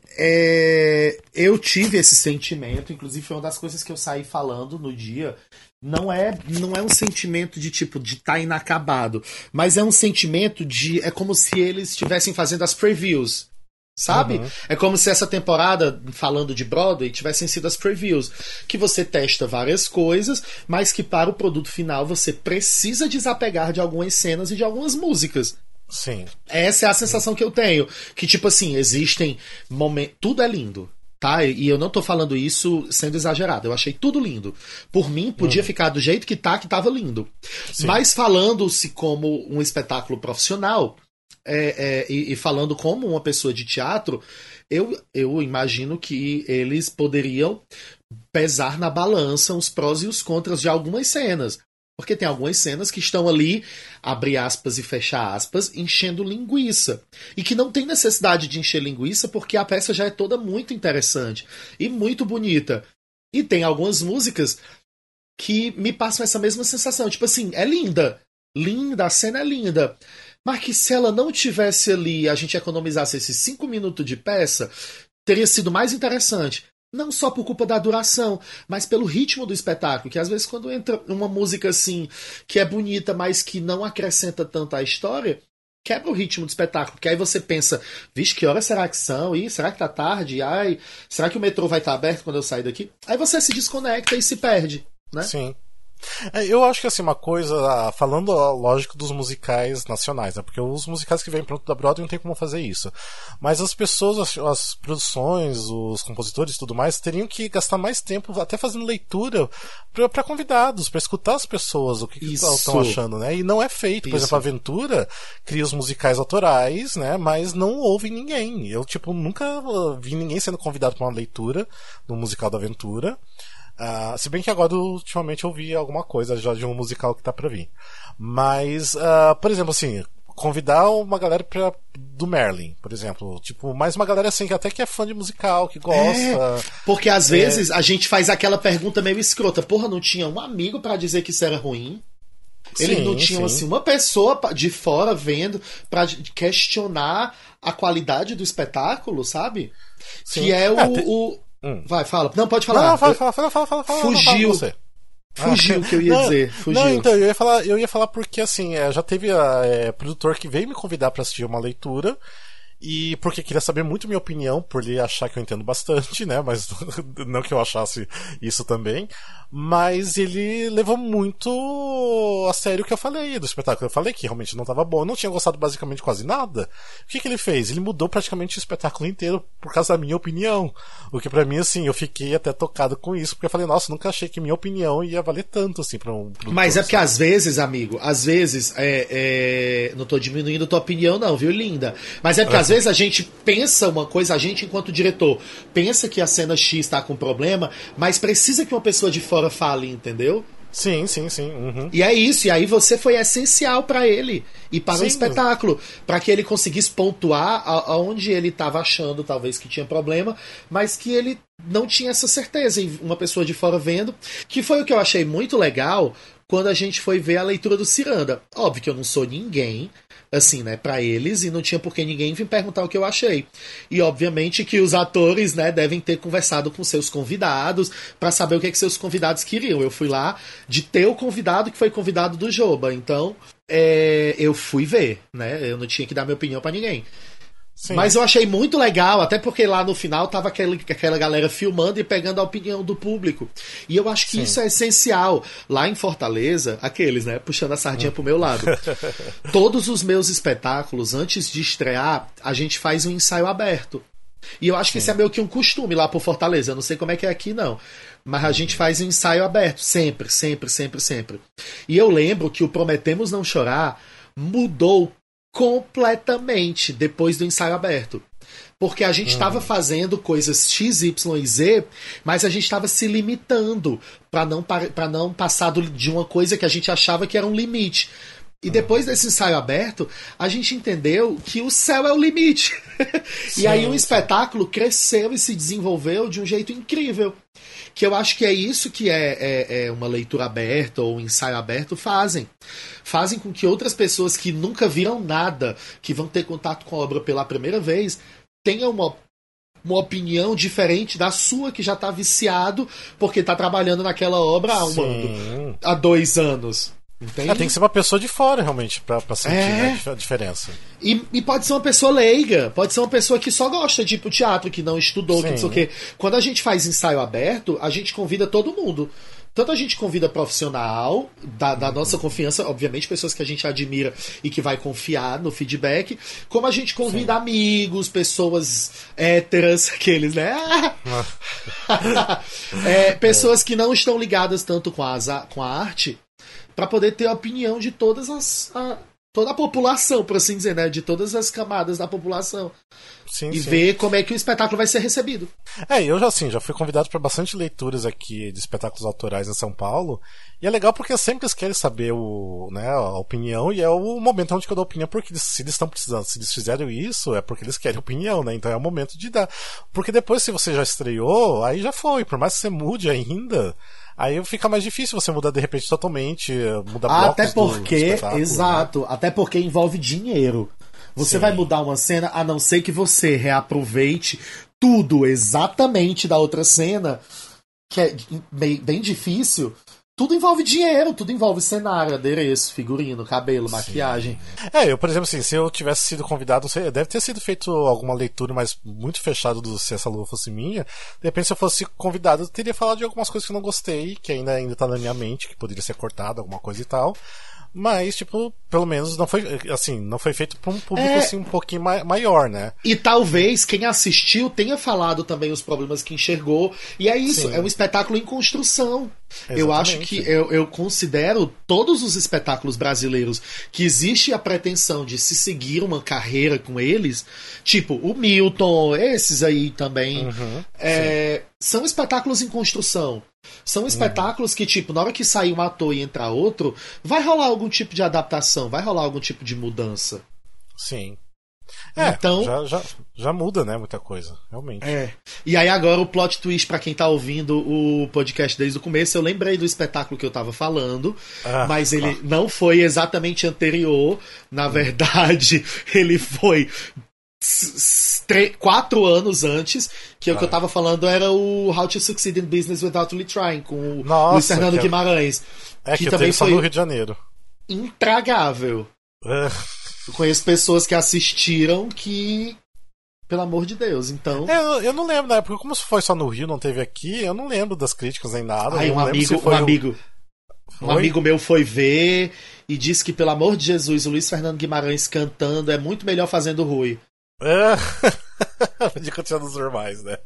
é, eu tive esse sentimento, inclusive foi uma das coisas que eu saí falando no dia. Não é, não é um sentimento de tipo de estar tá inacabado, mas é um sentimento de é como se eles estivessem fazendo as previews, sabe? Uhum. É como se essa temporada, falando de Broadway, tivessem sido as previews, que você testa várias coisas, mas que para o produto final você precisa desapegar de algumas cenas e de algumas músicas. Sim. Essa é a sensação que eu tenho. Que, tipo assim, existem momentos. Tudo é lindo, tá? E eu não tô falando isso sendo exagerado. Eu achei tudo lindo. Por mim, podia uhum. ficar do jeito que tá, que tava lindo. Sim. Mas falando-se como um espetáculo profissional, é, é, e, e falando como uma pessoa de teatro, eu, eu imagino que eles poderiam pesar na balança os prós e os contras de algumas cenas. Porque tem algumas cenas que estão ali, abre aspas e fecha aspas, enchendo linguiça. E que não tem necessidade de encher linguiça porque a peça já é toda muito interessante e muito bonita. E tem algumas músicas que me passam essa mesma sensação. Tipo assim, é linda. Linda, a cena é linda. Mas que se ela não tivesse ali, a gente economizasse esses cinco minutos de peça, teria sido mais interessante. Não só por culpa da duração, mas pelo ritmo do espetáculo, que às vezes quando entra uma música assim, que é bonita, mas que não acrescenta tanto à história, quebra o ritmo do espetáculo, porque aí você pensa, vixe, que horas será que são? Ih, será que tá tarde? Ai, será que o metrô vai estar aberto quando eu sair daqui? Aí você se desconecta e se perde, né? Sim. É, eu acho que assim, uma coisa, falando lógico dos musicais nacionais, né? Porque os musicais que vêm pronto da Broadway não tem como fazer isso. Mas as pessoas, as, as produções, os compositores e tudo mais, teriam que gastar mais tempo até fazendo leitura para convidados, para escutar as pessoas, o que estão achando, né? E não é feito. Por isso. Exemplo, a Aventura cria os musicais autorais, né? Mas não ouve ninguém. Eu, tipo, nunca vi ninguém sendo convidado para uma leitura no musical da Aventura. Uh, se bem que agora ultimamente eu vi alguma coisa já de um musical que tá pra vir. Mas, uh, por exemplo, assim, convidar uma galera pra, do Merlin, por exemplo. Tipo, mais uma galera assim que até que é fã de musical, que gosta. É, porque às é... vezes a gente faz aquela pergunta meio escrota. Porra, não tinha um amigo pra dizer que isso era ruim? Eles sim, não tinham sim. assim uma pessoa de fora vendo pra questionar a qualidade do espetáculo, sabe? Sim. Que é o... É, te... o... Hum. Vai, fala. Não, pode falar. Não, fala, fala, fala, fala, fala, fala. Fugiu. Você. Fugiu o que eu ia não, dizer. Fugiu. Não, então, eu ia falar, eu ia falar porque, assim, já teve é, produtor que veio me convidar pra assistir uma leitura. E porque queria saber muito minha opinião, por ele achar que eu entendo bastante, né? Mas não que eu achasse isso também. Mas ele levou muito a sério o que eu falei do espetáculo. Eu falei que realmente não estava bom. Eu não tinha gostado basicamente quase nada. O que, que ele fez? Ele mudou praticamente o espetáculo inteiro por causa da minha opinião. O que pra mim, assim, eu fiquei até tocado com isso. Porque eu falei, nossa, nunca achei que minha opinião ia valer tanto, assim, pra um produtor. Mas é porque às vezes, amigo, às vezes, é, é... não tô diminuindo tua opinião não, viu, linda? Mas é porque às vezes a gente pensa uma coisa, a gente enquanto diretor pensa que a cena X tá com problema, mas precisa que uma pessoa de fora fale, entendeu? Sim, sim, sim. Uhum. E é isso, e aí você foi essencial pra ele e para sim. o espetáculo, pra que ele conseguisse pontuar aonde ele tava achando talvez que tinha problema, mas que ele não tinha essa certeza, e uma pessoa de fora vendo, que foi o que eu achei muito legal quando a gente foi ver a leitura do Ciranda. Óbvio que eu não sou ninguém assim, né, pra eles, e não tinha por que ninguém vir perguntar o que eu achei. E obviamente que os atores, né, devem ter conversado com seus convidados pra saber o que é que seus convidados queriam. Eu fui lá de ter o convidado que foi convidado do Joba, então é, eu fui ver, né, eu não tinha que dar minha opinião pra ninguém. Sim. Mas eu achei muito legal, até porque lá no final tava aquele, aquela galera filmando e pegando a opinião do público. E eu acho que Sim. isso é essencial. Lá em Fortaleza, aqueles, né, puxando a sardinha pro meu lado. Todos os meus espetáculos, antes de estrear, a gente faz um ensaio aberto. E eu acho que Sim. isso é meio que um costume lá por Fortaleza. Eu não sei como é que é aqui, não. Mas a gente faz um ensaio aberto. Sempre, sempre, sempre, sempre. E eu lembro que o Prometemos Não Chorar mudou completamente depois do ensaio aberto. Porque a gente estava uhum. fazendo coisas X, Y e Z, mas a gente estava se limitando para não, para não passar de uma coisa que a gente achava que era um limite. E depois desse ensaio aberto, a gente entendeu que o céu é o limite. Sim, e aí o espetáculo cresceu e se desenvolveu de um jeito incrível. Que eu acho que é isso que é, é, é uma leitura aberta ou um ensaio aberto fazem. Fazem com que outras pessoas que nunca viram nada, que vão ter contato com a obra pela primeira vez, tenham uma, uma opinião diferente da sua, que já está viciado, porque está trabalhando naquela obra há um ano, há dois anos. É, tem que ser uma pessoa de fora, realmente, pra, pra sentir é. né, a diferença. E, e pode ser uma pessoa leiga, pode ser uma pessoa que só gosta de ir pro teatro, que não estudou, que não sei o quê. Quando a gente faz ensaio aberto, a gente convida todo mundo. Tanto a gente convida profissional, da, da nossa confiança, obviamente, pessoas que a gente admira e que vai confiar no feedback, como a gente convida Sim. amigos, pessoas héteras, aqueles, né? é, pessoas que não estão ligadas tanto com, as, com a arte, para poder ter a opinião de todas as a, toda a população, por assim dizer, né, de todas as camadas da população. Sim, e sim. ver como é que o espetáculo vai ser recebido. É, eu já assim, já fui convidado para bastante leituras aqui de espetáculos autorais em São Paulo, e é legal porque sempre eles querem saber o, né, a opinião, e é o momento onde eu dou opinião, porque se eles estão precisando, se eles fizeram isso, é porque eles querem opinião, né, então é o momento de dar. Porque depois, se você já estreou, aí já foi, por mais que você mude ainda, aí fica mais difícil você mudar de repente totalmente, mudar blocos até porque, do exato, né? Até porque envolve dinheiro. Você Sim. vai mudar uma cena, a não ser que você reaproveite tudo exatamente da outra cena, que é bem, bem difícil. tudo envolve dinheiro, tudo envolve cenário, adereço, figurino, cabelo, Sim. maquiagem. É, eu, por exemplo, assim, se eu tivesse sido convidado, não sei, deve ter sido feito alguma leitura, mas muito fechada do Se Essa Lua Fosse Minha. De repente, se eu fosse convidado, eu teria falado de algumas coisas que eu não gostei, que ainda, ainda tá na minha mente, que poderia ser cortado, alguma coisa e tal. Mas, tipo, pelo menos não foi, assim, não foi feito pra um público, É... assim, um pouquinho ma- maior, né? E talvez quem assistiu tenha falado também os problemas que enxergou. E é isso, Sim. é um espetáculo em construção. Exatamente. Eu acho que eu, eu considero todos os espetáculos brasileiros que existe a pretensão de se seguir uma carreira com eles, tipo o Milton, esses aí também, Uhum, é, são espetáculos em construção. São espetáculos uhum. que, tipo, na hora que sair um ator e entrar outro, vai rolar algum tipo de adaptação, vai rolar algum tipo de mudança. Sim. É, então, já, já, já muda, né, muita coisa, realmente. É. E aí agora o plot twist pra quem tá ouvindo o podcast desde o começo, eu lembrei do espetáculo que eu tava falando, ah, mas ele ah. não foi exatamente anterior, na verdade, ele foi quatro anos antes, que ah. o que eu tava falando era o How to Succeed in Business Without Really Trying, com o Nossa, Luiz Fernando que Guimarães. É que, que também foi no Rio de Janeiro. Intragável. Ah. Eu conheço pessoas que assistiram que... Pelo amor de Deus, então... É, eu, eu não lembro na época, como se foi só no Rio, não teve aqui, eu não lembro das críticas nem nada. Ai, um amigo, um amigo... Um amigo meu foi ver e disse que, pelo amor de Jesus, o Luiz Fernando Guimarães cantando é muito melhor fazendo Rui. É. De continuar nos normais, né?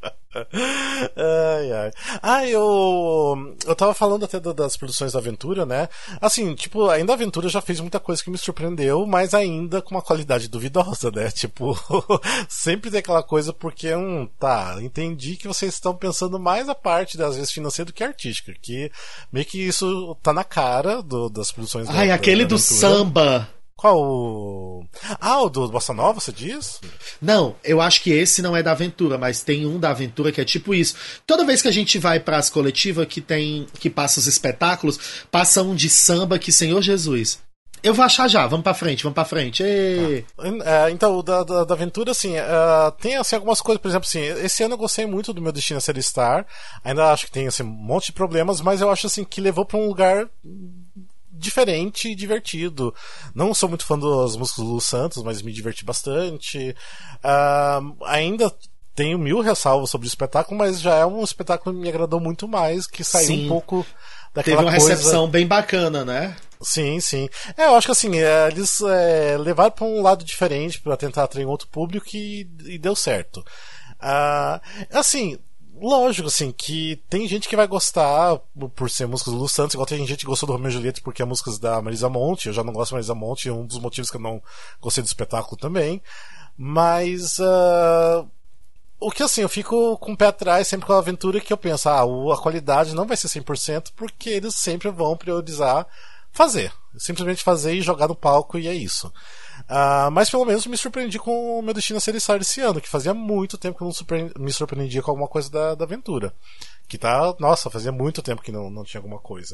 Ai, ai. Ah, eu. Eu tava falando até das produções da Aventura, né? Assim, tipo, ainda a Aventura já fez muita coisa que me surpreendeu, mas ainda com uma qualidade duvidosa, né? Tipo, sempre tem aquela coisa porque, hum, tá, entendi que vocês estão pensando mais a parte, às vezes, financeira do que artística, que meio que isso tá na cara do, das produções Ai, da, aquele da do samba. Qual o... Ah, o do Bossa Nova, você diz? Não, eu acho que esse não é da Aventura, mas tem um da Aventura que é tipo isso. Toda vez que a gente vai pras coletivas que tem, que passa os espetáculos, passa um de samba que, Senhor Jesus. Eu vou achar já, vamos pra frente, vamos pra frente. Ah. É, então, o da, da, da Aventura, assim, uh, tem assim, algumas coisas, por exemplo, assim, esse ano eu gostei muito do Meu Destino a Ser Star, ainda acho que tem assim, um monte de problemas, mas eu acho assim, que levou pra um lugar... diferente e divertido. Não sou muito fã das músicas do Lu Santos, mas me diverti bastante. Uh, ainda tenho mil ressalvas sobre o espetáculo, mas já é um espetáculo que me agradou muito mais, que saiu Sim. um pouco daquela Teve uma coisa... recepção bem bacana, né? Sim, sim. É, eu acho que assim, é, eles é, levaram para um lado diferente para tentar atrair um outro público e, e deu certo. Uh, assim... Lógico, assim, que tem gente que vai gostar por ser músicas do Lu Santos, igual tem gente que gostou do Romeo e Julieta porque é músicas da Marisa Monte. Eu já não gosto da Marisa Monte, é um dos motivos que eu não gostei do espetáculo também. Mas uh, o que assim, eu fico com o pé atrás sempre com a Aventura, que eu penso, ah, a qualidade não vai ser cem por cento porque eles sempre vão priorizar fazer. Simplesmente fazer e jogar no palco e é isso. Uh, mas pelo menos me surpreendi com o Meu Destino a Ser Star esse ano, que fazia muito tempo que eu não surpre... me surpreendia com alguma coisa da, da Aventura. Que tá, nossa, fazia muito tempo que não, não tinha alguma coisa.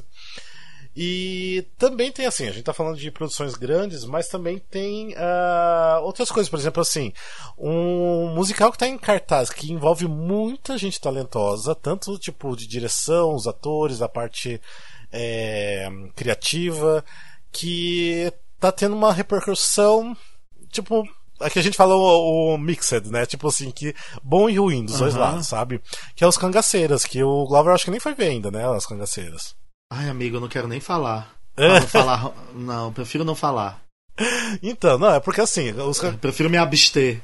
E também tem assim, a gente tá falando de produções grandes, mas também tem uh, outras coisas, por exemplo, assim, um musical que tá em cartaz, que envolve muita gente talentosa, tanto tipo de direção, os atores, a parte é, criativa, que tá tendo uma repercussão, tipo, aqui a gente fala o, o mixed, né? Tipo assim, que bom e ruim dos uhum. dois lados, sabe? Que é os Cangaceiras, que o Glover acho que nem foi ver ainda, né? As Cangaceiras. Ai, amigo, eu não quero nem falar. Não, falar. Não, prefiro não falar. Então, não, é porque assim... Os... Eu prefiro me abster.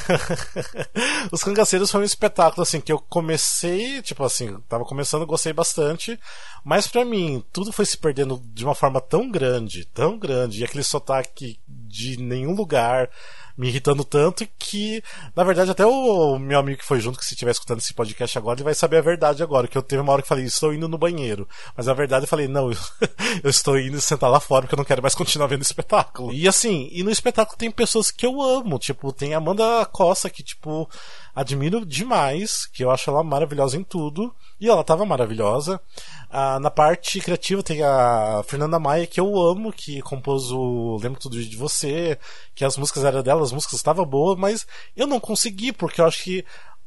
Os Cangaceiros foi um espetáculo assim que eu comecei, tipo assim, tava começando, gostei bastante, mas pra mim tudo foi se perdendo de uma forma tão grande, tão grande, e aquele sotaque de nenhum lugar me irritando tanto que, na verdade, até o meu amigo que foi junto, que se estiver escutando esse podcast agora, ele vai saber a verdade agora, que eu teve uma hora que falei, estou indo no banheiro, mas na verdade eu falei, não, eu, eu estou indo sentar lá fora porque eu não quero mais continuar vendo o espetáculo. E assim, e no espetáculo tem pessoas que eu amo, tipo, tem a Amanda Costa, que tipo, admiro demais, que eu acho ela maravilhosa em tudo, e ela tava maravilhosa. Ah, na parte criativa tem a Fernanda Maia, que eu amo, que compôs o Lembro Tudo de Você, que as músicas eram dela, as músicas estavam boas, mas eu não consegui, porque eu acho que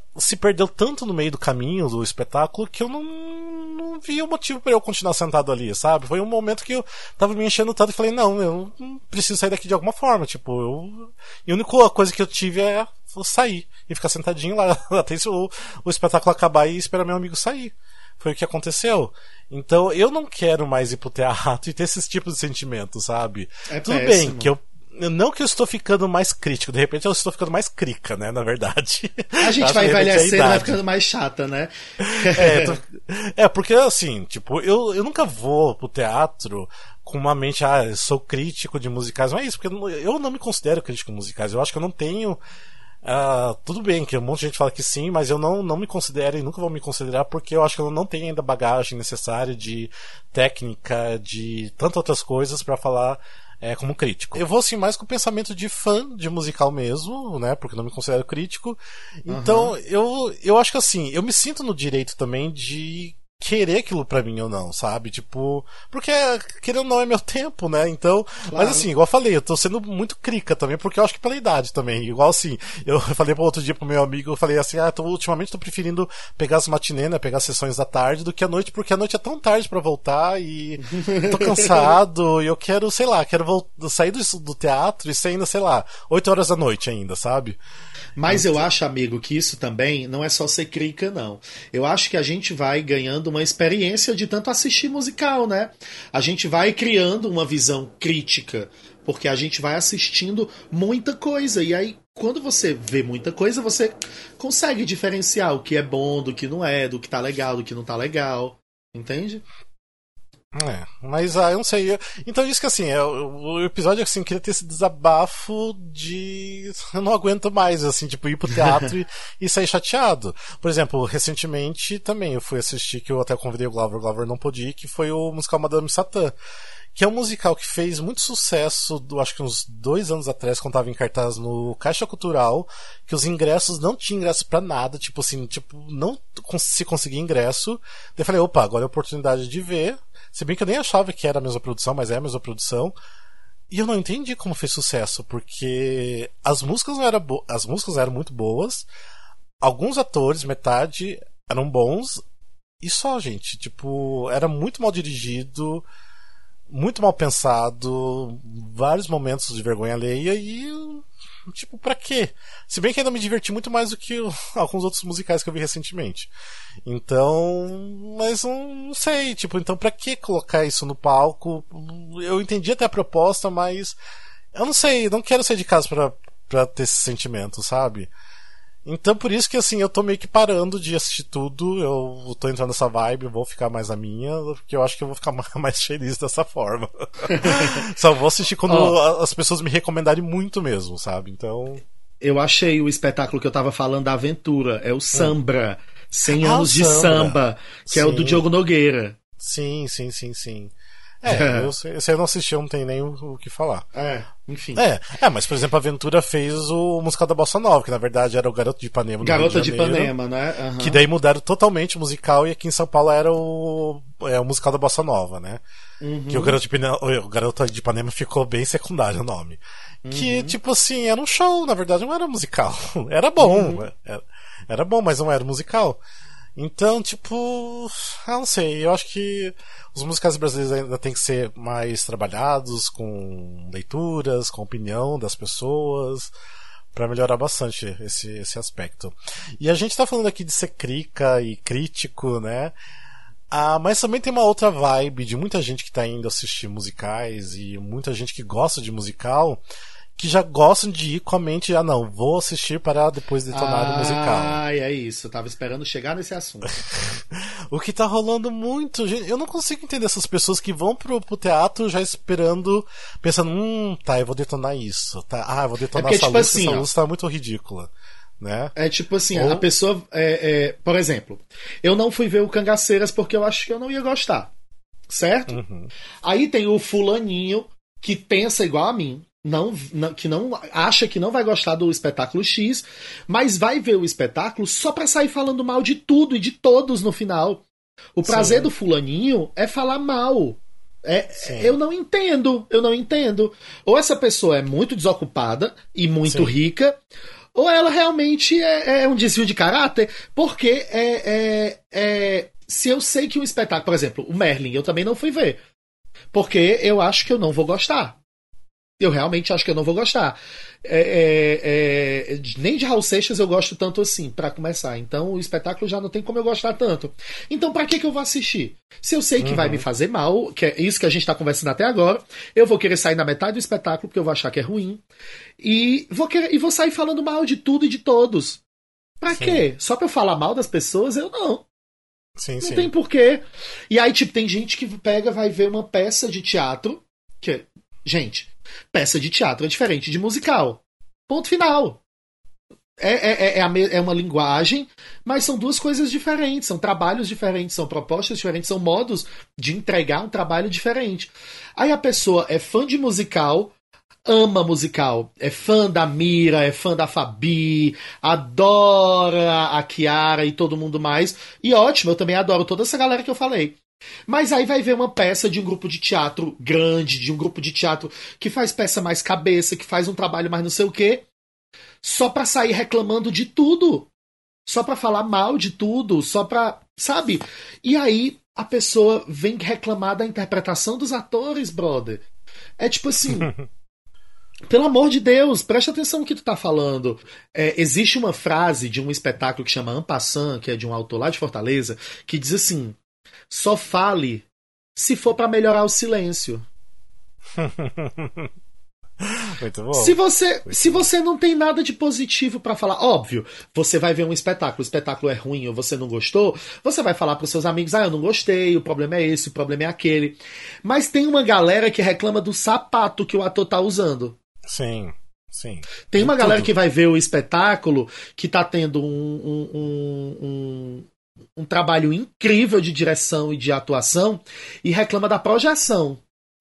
se perdeu tanto no meio do caminho do espetáculo que eu não, não vi o motivo para eu continuar sentado ali, sabe? Foi um momento que eu tava me enchendo tanto e falei, não, eu não preciso sair daqui de alguma forma, tipo, eu... E a única coisa que eu tive é sair e ficar sentadinho lá até o, o espetáculo acabar e esperar meu amigo sair. Foi o que aconteceu. Então eu não quero mais ir pro teatro e ter esses tipos de sentimentos, sabe? É Tudo péssimo. bem que eu não que eu estou ficando mais crítico, de repente eu estou ficando mais crica, né, na verdade. A gente vai envelhecendo e vai ficando mais chata, né? É, tô... é, porque assim, tipo, eu, eu nunca vou pro teatro com uma mente, ah, eu sou crítico de musicais, não é isso, porque eu não me considero crítico de musicais, eu acho que eu não tenho... Uh, tudo bem que um monte de gente fala que sim, mas eu não, não me considero e nunca vou me considerar porque eu acho que eu não tenho ainda bagagem necessária de técnica, de tantas outras coisas pra falar é, como crítico. Eu vou assim mais com o pensamento de fã de musical mesmo, né, porque eu não me considero crítico. Então, uhum. eu, eu acho que assim, eu me sinto no direito também de querer aquilo pra mim ou não, sabe? Tipo, porque querendo ou não é meu tempo, né? Então, claro. Mas assim, igual eu falei, eu tô sendo muito crica também, porque eu acho que pela idade também. Igual assim, eu falei pro outro dia pro meu amigo, eu falei assim, ah, tô, ultimamente tô preferindo pegar as matinê, né? Pegar as sessões da tarde do que a noite, porque a noite é tão tarde pra voltar e tô cansado e eu quero, sei lá, quero voltar, sair do, do teatro e sair ainda, sei lá, oito horas da noite ainda, sabe? Mas eu acho, amigo, que isso também não é só ser crica, não. Eu acho que a gente vai ganhando uma experiência de tanto assistir musical, né? A gente vai criando uma visão crítica, porque a gente vai assistindo muita coisa. E aí, quando você vê muita coisa, você consegue diferenciar o que é bom do que não é, do que tá legal, do que não tá legal. Entende? É, mas ah, eu não sei. Eu... Então isso que assim, é, o episódio assim, queria ter esse desabafo de eu não aguento mais, assim, tipo, ir pro teatro e, e sair chateado. Por exemplo, recentemente também eu fui assistir, que eu até convidei o Glover, o Glover não pôde ir, que foi o musical Madame Satã. Que é um musical que fez muito sucesso, do, acho que uns dois anos atrás, quando tava em cartaz no Caixa Cultural, que os ingressos não tinham ingresso pra nada, tipo assim, tipo, não se conseguia ingresso. Daí eu falei, opa, agora é a oportunidade de ver. Se bem que eu nem achava que era a mesma produção, mas é a mesma produção. E eu não entendi como fez sucesso, porque as músicas não eram bo- as músicas eram muito boas, alguns atores, metade, eram bons, e só, gente, tipo, era muito mal dirigido, muito mal pensado, vários momentos de vergonha alheia e, tipo, pra quê? Se bem que ainda me diverti muito mais do que alguns outros musicais que eu vi recentemente. Então, mas não sei, tipo, então pra que colocar isso no palco? Eu entendi até a proposta, mas eu não sei, não quero sair de casa pra, pra ter esse sentimento, sabe? Então por isso que assim, eu tô meio que parando de assistir tudo, eu tô entrando nessa vibe, vou ficar mais na minha, porque eu acho que eu vou ficar mais feliz dessa forma. Só vou assistir quando oh. as pessoas me recomendarem muito mesmo, sabe? Então... Eu achei o espetáculo que eu tava falando da aventura, é o Sambra, hum. cem anos ah, de Sambra. Samba, que sim. é o do Diogo Nogueira. Sim, sim, sim, sim. É, eu, esse eu não assisti, eu não tenho nem o, o que falar. É, enfim. É, é, mas por exemplo, a Aventura fez o musical da Bossa Nova, que na verdade era o Garoto de Ipanema. Garota de, de Ipanema, né? Uhum. Que daí mudaram totalmente o musical e aqui em São Paulo era o, é, o musical da Bossa Nova, né? Uhum. Que o Garoto de Ipanema, o Garoto de Ipanema ficou bem secundário o nome. Uhum. Que, tipo assim, era um show, na verdade não era musical. Era bom, uhum. era, era bom, mas não era musical. Então, tipo, eu não sei, eu acho que os musicais brasileiros ainda tem que ser mais trabalhados, com leituras, com opinião das pessoas, pra melhorar bastante esse, esse aspecto. E a gente tá falando aqui de ser crica e crítico, né? Ah, mas também tem uma outra vibe de muita gente que tá indo assistir musicais e muita gente que gosta de musical, que já gostam de ir com a mente, ah não, vou assistir para depois detonar ah, o musical. Ah, é isso, eu tava esperando chegar nesse assunto. O que tá rolando muito, gente, eu não consigo entender essas pessoas que vão pro, pro teatro já esperando, pensando, hum, tá, eu vou detonar isso, tá, ah, eu vou detonar é porque, essa tipo luz, assim, essa luz tá muito ridícula. Né? É tipo assim, Ou... a pessoa, é, é, por exemplo, eu não fui ver o Cangaceiras porque eu acho que eu não ia gostar, certo? Uhum. Aí tem o fulaninho que pensa igual a mim, Não, não, que não acha que não vai gostar do espetáculo X, mas vai ver o espetáculo só pra sair falando mal de tudo e de todos no final. O prazer Sim. do fulaninho é falar mal. É, eu não entendo, eu não entendo. Ou essa pessoa é muito desocupada e muito Sim. rica, ou ela realmente é, é um desvio de caráter, porque é, é, é, se eu sei que um espetáculo, por exemplo, o Merlin, eu também não fui ver, porque eu acho que eu não vou gostar. Eu realmente acho que eu não vou gostar. É, é, é, nem de Raul Seixas eu gosto tanto assim, pra começar. Então o espetáculo já não tem como eu gostar tanto. Então pra que, que eu vou assistir? Se eu sei que uhum. vai me fazer mal, que é isso que a gente tá conversando até agora, eu vou querer sair na metade do espetáculo porque eu vou achar que é ruim. E vou, querer, e vou sair falando mal de tudo e de todos. Pra sim. quê? Só pra eu falar mal das pessoas? Eu não. Sim, não sim. tem porquê. E aí, tipo, tem gente que pega, vai ver uma peça de teatro. Que, gente, peça de teatro é diferente de musical. Ponto final. É, é, é, a, é uma linguagem, mas são duas coisas diferentes. São trabalhos diferentes, são propostas diferentes, são modos de entregar um trabalho diferente. Aí a pessoa é fã de musical, ama musical, é fã da Mira, é fã da Fabi, adora a Kiara e todo mundo mais. E ótimo, eu também adoro toda essa galera que eu falei. Mas aí vai ver uma peça de um grupo de teatro grande, de um grupo de teatro que faz peça mais cabeça, que faz um trabalho mais não sei o quê, só pra sair reclamando de tudo. Só pra falar mal de tudo, só pra... Sabe? E aí a pessoa vem reclamar da interpretação dos atores, brother. É tipo assim... Pelo amor de Deus, presta atenção no que tu tá falando. É, existe uma frase de um espetáculo que chama En Passant, que é de um autor lá de Fortaleza, que diz assim: só fale se for pra melhorar o silêncio. Muito bom. Se você, Muito se bom. você não tem nada de positivo pra falar, óbvio, você vai ver um espetáculo, o espetáculo é ruim ou você não gostou, você vai falar pros seus amigos, ah, eu não gostei, o problema é esse, o problema é aquele. Mas tem uma galera que reclama do sapato que o ator tá usando. Sim, sim. Tem uma De galera tudo. que vai ver o espetáculo que tá tendo um, um, um, um, um trabalho incrível de direção e de atuação e reclama da projeção.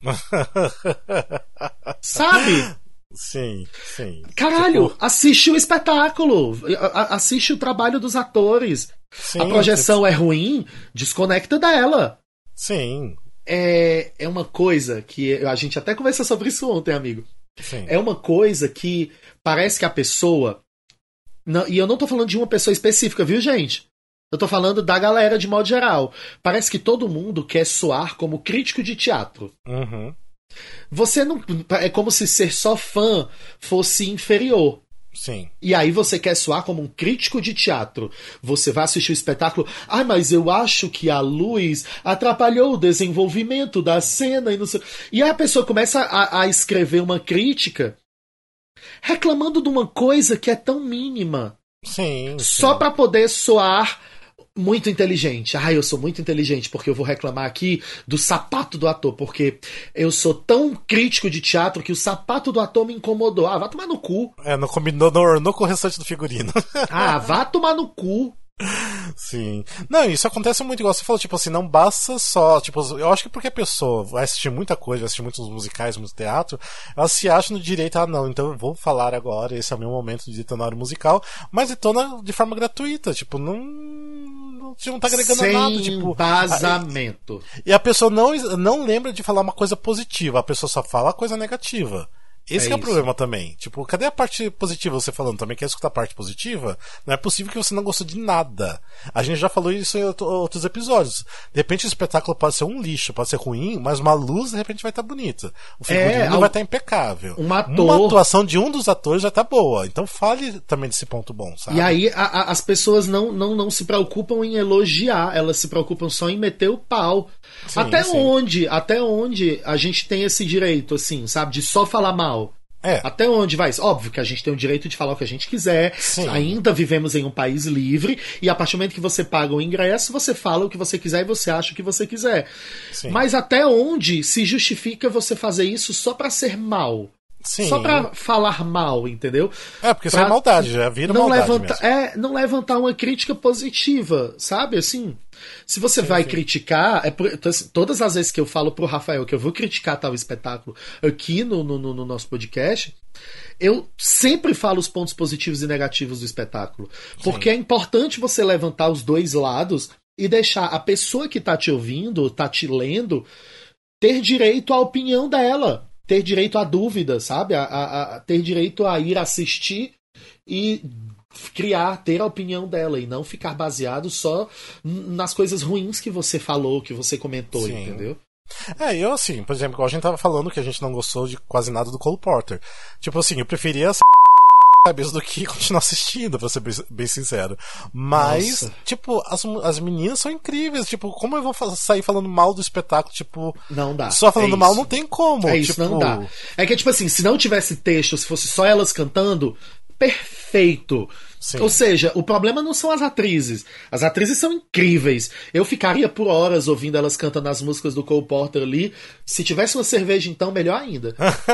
Sabe? Sim, sim. Caralho, Tipo... assiste o espetáculo, assiste o trabalho dos atores. Sim, a projeção tipo... é ruim, desconecta dela. Sim. É, é uma coisa que a gente até conversou sobre isso ontem, amigo. Sim. É uma coisa que parece que a pessoa... Não, e eu não tô falando de uma pessoa específica, viu, gente? Eu tô falando da galera de modo geral. Parece que todo mundo quer soar como crítico de teatro. Uhum. Você não... É como se ser só fã fosse inferior. Sim. E aí você quer soar como um crítico de teatro. Você vai assistir o espetáculo. Ah, mas eu acho que a luz atrapalhou o desenvolvimento da cena e não sei... E aí a pessoa começa a, a escrever uma crítica reclamando de uma coisa que é tão mínima. Sim. Só sim. pra poder soar muito inteligente. Ah, eu sou muito inteligente porque eu vou reclamar aqui do sapato do ator, porque eu sou tão crítico de teatro que o sapato do ator me incomodou. Ah, vá tomar no cu. É, não combinou, não ornou com o restante do figurino. Ah, vá tomar no cu. Sim. Não, isso acontece muito, igual você falou, tipo assim, não basta só, tipo, eu acho que porque a pessoa vai assistir muita coisa, vai assistir muitos musicais, muito teatro, ela se acha no direito, ah não, então eu vou falar agora, esse é o meu momento de detonar o musical, mas detona de forma gratuita, tipo, não... não, não tá agregando sem nada, tipo... embasamento. A, e a pessoa não, não lembra de falar uma coisa positiva, a pessoa só fala a coisa negativa. Esse é, que é o problema também. Tipo, cadê a parte positiva você falando também? Quer escutar a parte positiva? Não é possível que você não gostou de nada. A gente já falou isso em outros episódios. De repente o espetáculo pode ser um lixo, pode ser ruim, mas uma luz de repente vai estar bonita. O figurino é, vai estar impecável. Um ator... Uma atuação de um dos atores já tá boa. Então fale também desse ponto bom, sabe? E aí a, a, as pessoas não, não, não se preocupam em elogiar, elas se preocupam só em meter o pau. Sim, até sim. onde, até onde a gente tem esse direito, assim, sabe, de só falar mal? É. Até onde vai? Óbvio que a gente tem o direito de falar o que a gente quiser. Sim. Ainda vivemos em um país livre. E a partir do momento que você paga o ingresso, você fala o que você quiser e você acha o que você quiser. Sim. Mas até onde se justifica você fazer isso só pra ser mal? Sim. Só pra falar mal, entendeu? É, porque isso pra é maldade, já vira não maldade levanta, mesmo. É, não levantar uma crítica positiva, sabe? Assim, se você sim, vai sim. criticar... É por, todas as vezes que eu falo pro Rafael que eu vou criticar tal espetáculo aqui no, no, no nosso podcast, eu sempre falo os pontos positivos e negativos do espetáculo. Porque sim. é importante você levantar os dois lados e deixar a pessoa que tá te ouvindo, tá te lendo, ter direito à opinião dela. Ter direito à dúvida, sabe? A, a, a ter direito a ir assistir e criar, ter a opinião dela e não ficar baseado só nas coisas ruins que você falou, que você comentou, Sim. entendeu? É, eu assim, por exemplo, igual a gente tava falando que a gente não gostou de quase nada do Cole Porter. Tipo assim, eu preferia essa cabeça do que continuar assistindo, pra ser bem, bem sincero. Mas, Nossa. tipo, as, as meninas são incríveis. Tipo, como eu vou sair falando mal do espetáculo? Tipo, não dá. Só falando é mal não tem como. É tipo... isso, não dá. É que, tipo assim, se não tivesse texto, se fosse só elas cantando, perfeito. Sim. Ou seja, o problema não são as atrizes. As atrizes são incríveis. Eu ficaria por horas ouvindo elas cantando as músicas do Cole Porter ali. Se tivesse uma cerveja, então, melhor ainda.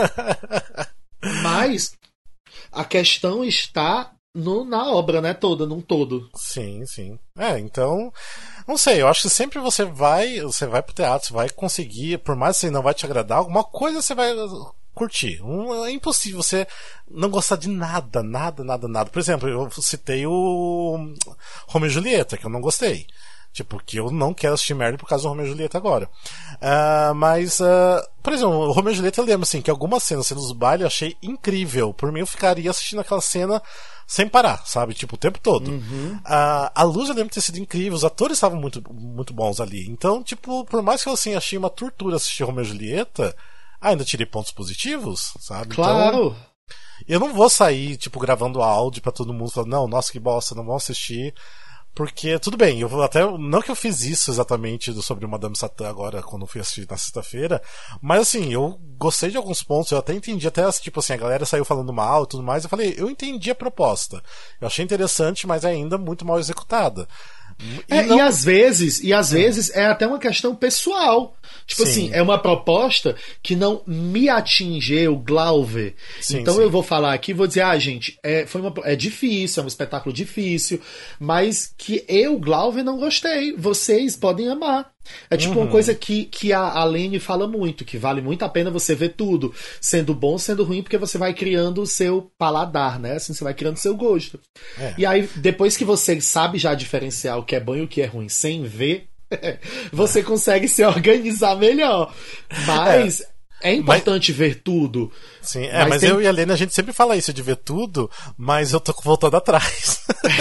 Mas a questão está no, na obra, né? Toda, num todo. Sim, sim. É, então, não sei, eu acho que sempre você vai, você vai pro teatro, você vai conseguir, por mais que você não vai te agradar, alguma coisa você vai curtir. Um, é impossível você não gostar de nada, nada, nada, nada. Por exemplo, eu citei o Romeo e Julieta, que eu não gostei. Tipo, que eu não quero assistir Merlin por causa do Romeo e Julieta agora. Uh, mas, uh, por exemplo, o Romeo e Julieta eu lembro assim, que algumas cenas, cenas do baile eu achei incrível. Por mim eu ficaria assistindo aquela cena sem parar, sabe? Tipo, o tempo todo. Uhum. Uh, a luz eu lembro de ter sido incrível, os atores estavam muito, muito bons ali. Então, tipo, por mais que eu assim, achei uma tortura assistir Romeo e Julieta, ainda tirei pontos positivos, sabe? Claro! Então, eu não vou sair, tipo, gravando áudio pra todo mundo falando, não, nossa, que bosta, não vão assistir. Porque, tudo bem, eu até. Não que eu fiz isso exatamente sobre o Madame Satã agora, quando eu fui assistir na sexta-feira, mas assim, eu gostei de alguns pontos, eu até entendi, até tipo assim, a galera saiu falando mal e tudo mais, eu falei, eu entendi a proposta. Eu achei interessante, mas ainda muito mal executada. E, é, não... e às vezes, e às vezes é até uma questão pessoal. Tipo Sim. assim, é uma proposta que não me atingeu, Glauber. Sim, então sim. eu vou falar aqui, vou dizer, ah, gente, é, foi uma, é difícil, é um espetáculo difícil, mas que eu, Glauber, não gostei. Vocês podem amar. É tipo uhum. uma coisa que, que a Lene fala muito, que vale muito a pena você ver tudo, sendo bom, sendo ruim, porque você vai criando o seu paladar, né? Assim, você vai criando o seu gosto. É. E aí, depois que você sabe já diferenciar o que é bom e o que é ruim sem ver, você é. consegue se organizar melhor. Mas... É. É importante mas... ver tudo. Sim, é, mas, mas tem... eu e a Helena, a gente sempre fala isso de ver tudo, mas eu tô voltando atrás.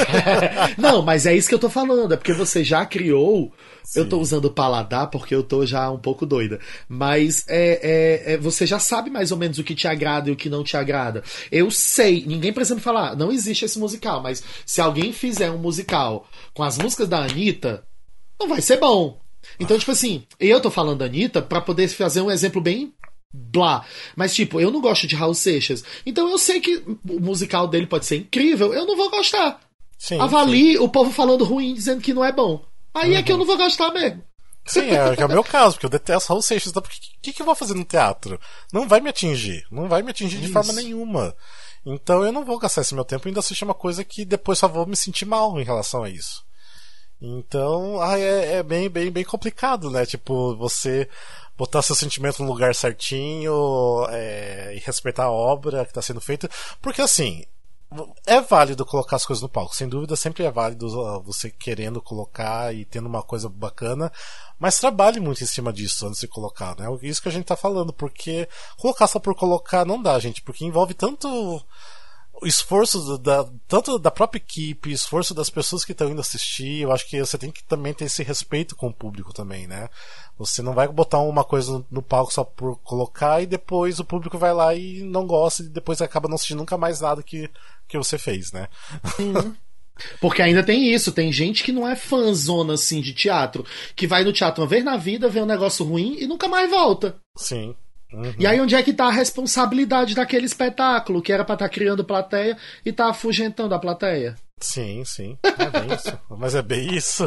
Não, mas é isso que eu tô falando, é porque você já criou. Sim. Eu tô usando paladar porque eu tô já um pouco doida. Mas é, é, é, você já sabe mais ou menos o que te agrada e o que não te agrada. Eu sei, ninguém precisa me falar, não existe esse musical, mas se alguém fizer um musical com as músicas da Anitta, não vai ser bom. Então, tipo assim, eu tô falando da Anitta pra poder fazer um exemplo bem blá. Mas, tipo, eu não gosto de Raul Seixas. Então eu sei que o musical dele pode ser incrível, eu não vou gostar. Sim, Avalie sim. o povo falando ruim, dizendo que não é bom. Aí uhum. é que eu não vou gostar mesmo. Sim, é, é o meu caso, porque eu detesto Raul Seixas. Então, o que, que eu vou fazer no teatro? Não vai me atingir. Não vai me atingir de Isso. forma nenhuma. Então eu não vou gastar esse meu tempo e ainda assistir uma coisa que depois só vou me sentir mal em relação a isso. Então, ah, é, é bem, bem, bem complicado, né? Tipo, você botar seu sentimento no lugar certinho é, e respeitar a obra que está sendo feita. Porque, assim, é válido colocar as coisas no palco. Sem dúvida, sempre é válido você querendo colocar e tendo uma coisa bacana. Mas trabalhe muito em cima disso antes de colocar, né? Isso que a gente tá falando. Porque colocar só por colocar não dá, gente. Porque envolve tanto... o esforço da, tanto da própria equipe, esforço das pessoas que estão indo assistir. Eu acho que você tem que também ter esse respeito com o público também, né? Você não vai botar uma coisa no palco só por colocar e depois o público vai lá e não gosta e depois acaba não assistindo nunca mais nada que, que você fez, né? Uhum. Porque ainda tem isso, tem gente que não é fãzona assim de teatro, que vai no teatro uma vez na vida, vê um negócio ruim e nunca mais volta. Sim. Uhum. E aí onde é que tá a responsabilidade daquele espetáculo que era pra estar tá criando plateia e tá afugentando a plateia? Sim, sim, é bem isso. Mas é bem isso.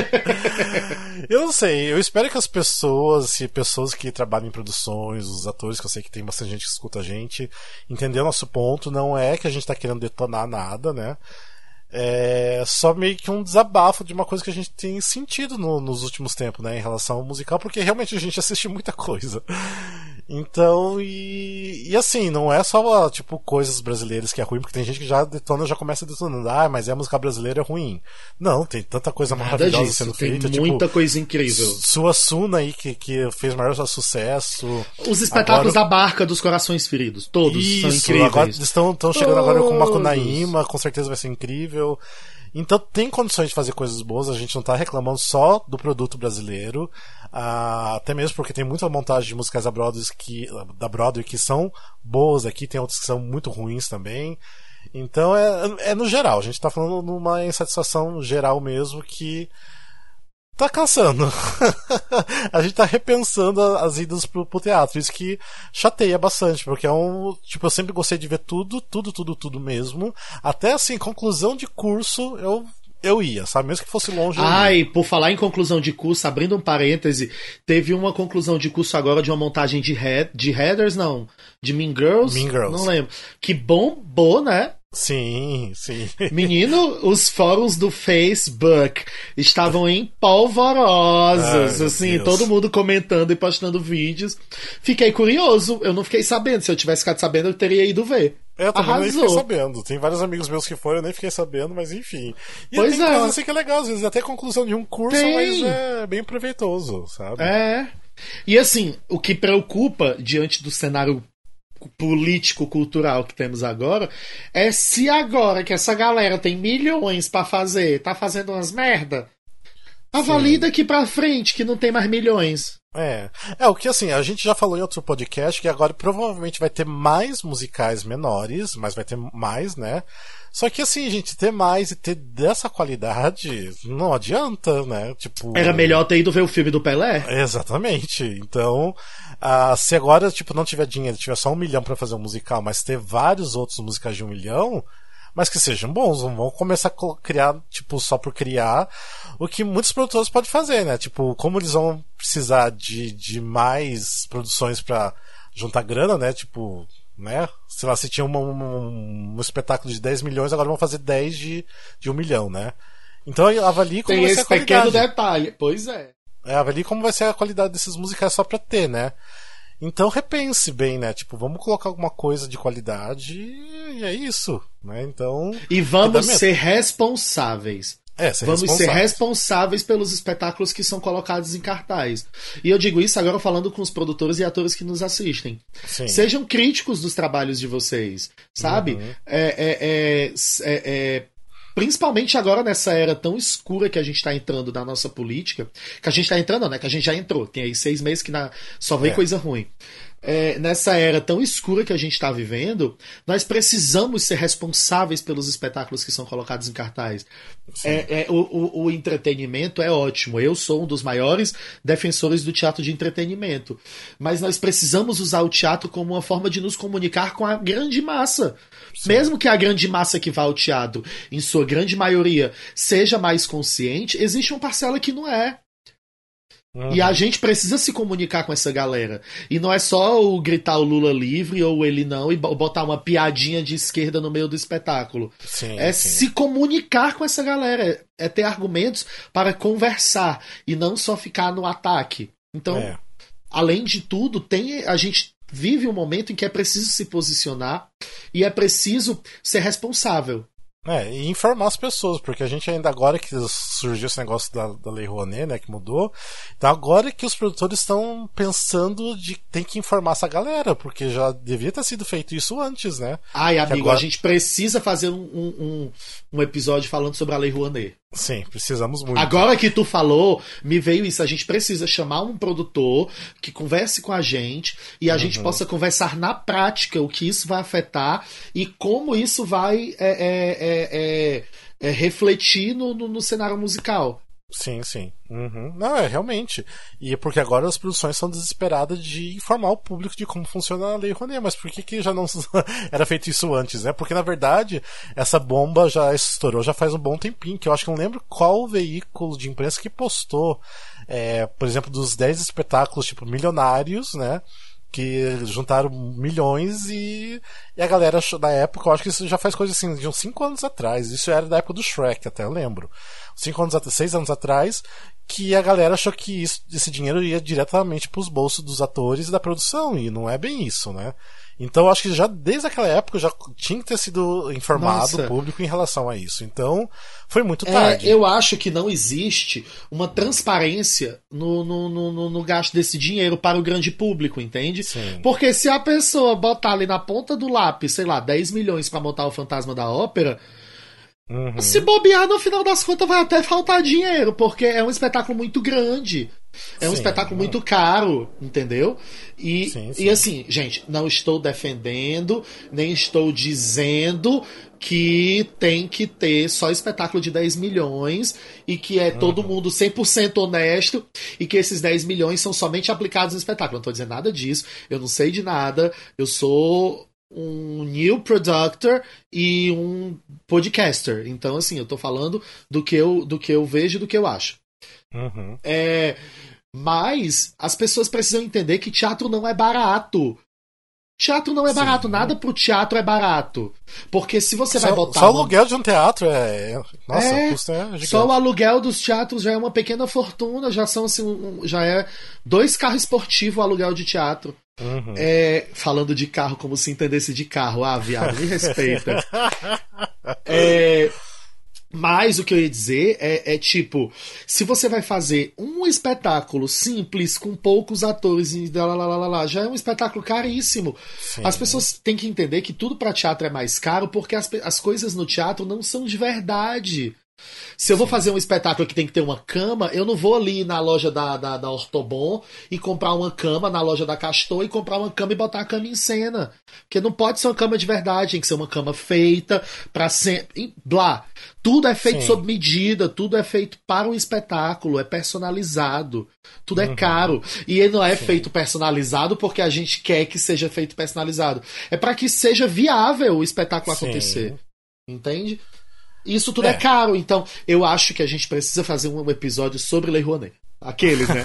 Eu não sei, eu espero que as pessoas, se pessoas que trabalham em produções, os atores, que eu sei que tem bastante gente que escuta a gente, entender o nosso ponto. Não é que a gente tá querendo detonar nada, né? é só meio que um desabafo de uma coisa que a gente tem sentido no, nos últimos tempos, né, em relação ao musical, porque realmente a gente assiste muita coisa. Então, e, e assim, não é só tipo coisas brasileiras que é ruim, porque tem gente que já detona, já começa detonando, ah, mas é a música brasileira é ruim. Não, tem tanta coisa Nada maravilhosa disso, sendo tem feita. muita tipo, coisa incrível. Suassuna aí, que, que fez maior sucesso. Os espetáculos agora... da Barca dos Corações Feridos, todos Isso, são incríveis. Agora estão, estão chegando todos. agora com Macunaíma, com certeza vai ser incrível. Então tem condições de fazer coisas boas, a gente não tá reclamando só do produto brasileiro, ah, até mesmo porque tem muita montagem de musicais da Broadway que, da Broadway que são boas aqui, tem outras que são muito ruins também. Então é, é no geral, a gente tá falando numa insatisfação geral mesmo que tá cansando. A gente tá repensando as idas pro, pro teatro. Isso que chateia bastante, porque é um. Tipo, eu sempre gostei de ver tudo, tudo, tudo, tudo mesmo. Até assim, conclusão de curso, eu. Eu ia, sabe? Mesmo que fosse longe. Ai, por falar em conclusão de curso, abrindo um parêntese, teve uma conclusão de curso agora de uma montagem de, head, de Heathers, não, de Mean Girls? Mean Girls. Não lembro. Que bombou, né? Sim, sim. Menino, os fóruns do Facebook estavam em polvorosos, Ai, assim, Deus. todo mundo comentando e postando vídeos. Fiquei curioso, eu não fiquei sabendo. Se eu tivesse ficado sabendo, eu teria ido ver. Eu também nem Arrasou. fiquei sabendo. Tem vários amigos meus que foram, eu nem fiquei sabendo, mas enfim. E Pois tem é. coisas assim que é legal, às vezes até a conclusão de um curso, Tem. mas é bem proveitoso, sabe? É. E assim, o que preocupa diante do cenário político-cultural que temos agora é se agora que essa galera tem milhões pra fazer, tá fazendo umas merda, avalie daqui pra frente que não tem mais milhões. É. É, o que assim, a gente já falou em outro podcast que agora provavelmente vai ter mais musicais menores, mas vai ter mais, né? Só que assim, gente, ter mais e ter dessa qualidade não adianta, né? Tipo. Era melhor ter ido ver o filme do Pelé? Exatamente. Então, ah, se agora tipo, não tiver dinheiro, tiver só um milhão pra fazer um musical, mas ter vários outros musicais de um milhão, mas que sejam bons, não vão começar a criar, tipo, só por criar, o que muitos produtores podem fazer, né? Tipo, como eles vão precisar de, de mais produções pra juntar grana, né? Tipo, né? Sei lá, se tinha uma, um, um espetáculo de dez milhões, agora vão fazer dez de, de um milhão, né? Então avalie como Tem vai ser esse a qualidade. pequeno detalhe, pois é. É, avalie como vai ser a qualidade desses musicais só pra ter, né? Então repense bem, né? Tipo, vamos colocar alguma coisa de qualidade e é isso, né? Então. E vamos ser responsáveis. É, ser vamos responsáveis. ser responsáveis pelos espetáculos que são colocados em cartaz. E eu digo isso agora falando com os produtores e atores que nos assistem. Sim. Sejam críticos dos trabalhos de vocês, sabe? Uhum. É, é, é, é, é, principalmente agora nessa era tão escura que a gente está entrando na nossa política, que a gente está entrando, né? Que a gente já entrou. Tem aí seis meses que na, só vem É. coisa ruim. É, nessa era tão escura que a gente está vivendo, nós precisamos ser responsáveis pelos espetáculos que são colocados em cartaz. É, é, o, o, o entretenimento é ótimo. Eu sou um dos maiores defensores do teatro de entretenimento. Mas nós precisamos usar o teatro como uma forma de nos comunicar com a grande massa. Sim. Mesmo que a grande massa que vá ao teatro, em sua grande maioria, seja mais consciente, existe uma parcela que não é. Uhum. E a gente precisa se comunicar com essa galera. E não é só o gritar o Lula livre ou ele não e botar uma piadinha de esquerda no meio do espetáculo. Sim, é sim. se comunicar com essa galera. É ter argumentos para conversar e não só ficar no ataque. Então, é. além de tudo, tem, a gente vive um momento em que é preciso se posicionar e é preciso ser responsável. É, e informar as pessoas, porque a gente ainda agora que surgiu esse negócio da, da Lei Rouanet, né, que mudou, então agora que os produtores estão pensando de tem que informar essa galera, porque já devia ter sido feito isso antes, né? Ai, amigo, agora... a gente precisa fazer um, um, um episódio falando sobre a Lei Rouanet. Sim, precisamos muito. Agora que tu falou, me veio isso. A gente precisa chamar um produtor que converse com a gente e a uhum. gente possa conversar na prática o que isso vai afetar e como isso vai é, é, é, é, é, refletir no, no, no cenário musical. Sim, sim. Uhum. Não, é realmente. E é porque agora as produções são desesperadas de informar o público de como funciona a Lei Rouanet. Mas por que, que já não era feito isso antes, né? Porque na verdade essa bomba já estourou já faz um bom tempinho. Que eu acho que não lembro qual veículo de imprensa que postou, é, por exemplo, dos dez espetáculos tipo milionários, né? que juntaram milhões e, e a galera achou, na época, eu acho que isso já faz coisa assim, de uns cinco anos atrás, isso era da época do Shrek, até eu lembro, cinco anos, seis anos atrás, que a galera achou que isso, esse dinheiro ia diretamente pros bolsos dos atores e da produção, e não é bem isso, né? Então eu acho que já desde aquela época já tinha que ter sido informado Nossa. o público em relação a isso. Então foi muito tarde. É, eu acho que não existe uma transparência no, no, no, no gasto desse dinheiro para o grande público, entende? Sim. Porque se a pessoa botar ali na ponta do lápis, sei lá, dez milhões para montar o Fantasma da Ópera, uhum. se bobear, no final das contas vai até faltar dinheiro, porque é um espetáculo muito grande. É um sim, espetáculo muito caro, entendeu? E, sim, sim. e assim, gente, não estou defendendo, nem estou dizendo que tem que ter só espetáculo de dez milhões e que é todo uhum. mundo cem por cento honesto e que esses dez milhões são somente aplicados no espetáculo. Não estou dizendo nada disso, eu não sei de nada, eu sou um new producer e um podcaster. Então, assim, eu tô falando do que eu, do que eu vejo e do que eu acho. Uhum. É, mas as pessoas precisam entender que teatro não é barato. Teatro não é Sim. barato, nada pro teatro é barato. Porque se você só, vai botar. Só o uma... aluguel de um teatro é. Nossa, é, o custo é gigante. Só o aluguel dos teatros já é uma pequena fortuna, já são assim, um, já é dois carros esportivos o aluguel de teatro. Uhum. É, falando de carro como se entendesse de carro. Ah, viado, me respeita. é. Mas o que eu ia dizer é, é tipo, se você vai fazer um espetáculo simples, com poucos atores e lá, lá, lá, lá, lá, já é um espetáculo caríssimo. Sim. As pessoas têm que entender que tudo para teatro é mais caro porque as, as coisas no teatro não são de verdade. Se eu vou Sim. fazer um espetáculo que tem que ter uma cama, eu não vou ali na loja da, da, da Ortobon e comprar uma cama na loja da Castor e comprar uma cama e botar a cama em cena. Porque não pode ser uma cama de verdade, tem que ser uma cama feita pra ser... Blá. Tudo é feito Sim. sob medida, tudo é feito para o espetáculo, é personalizado. Tudo uhum. é caro. E ele não é Sim. feito personalizado porque a gente quer que seja feito personalizado. É para que seja viável o espetáculo Sim. acontecer. Entende? Isso tudo é. é caro, então eu acho que a gente precisa fazer um episódio sobre Lei Rouanet. Aqueles, né?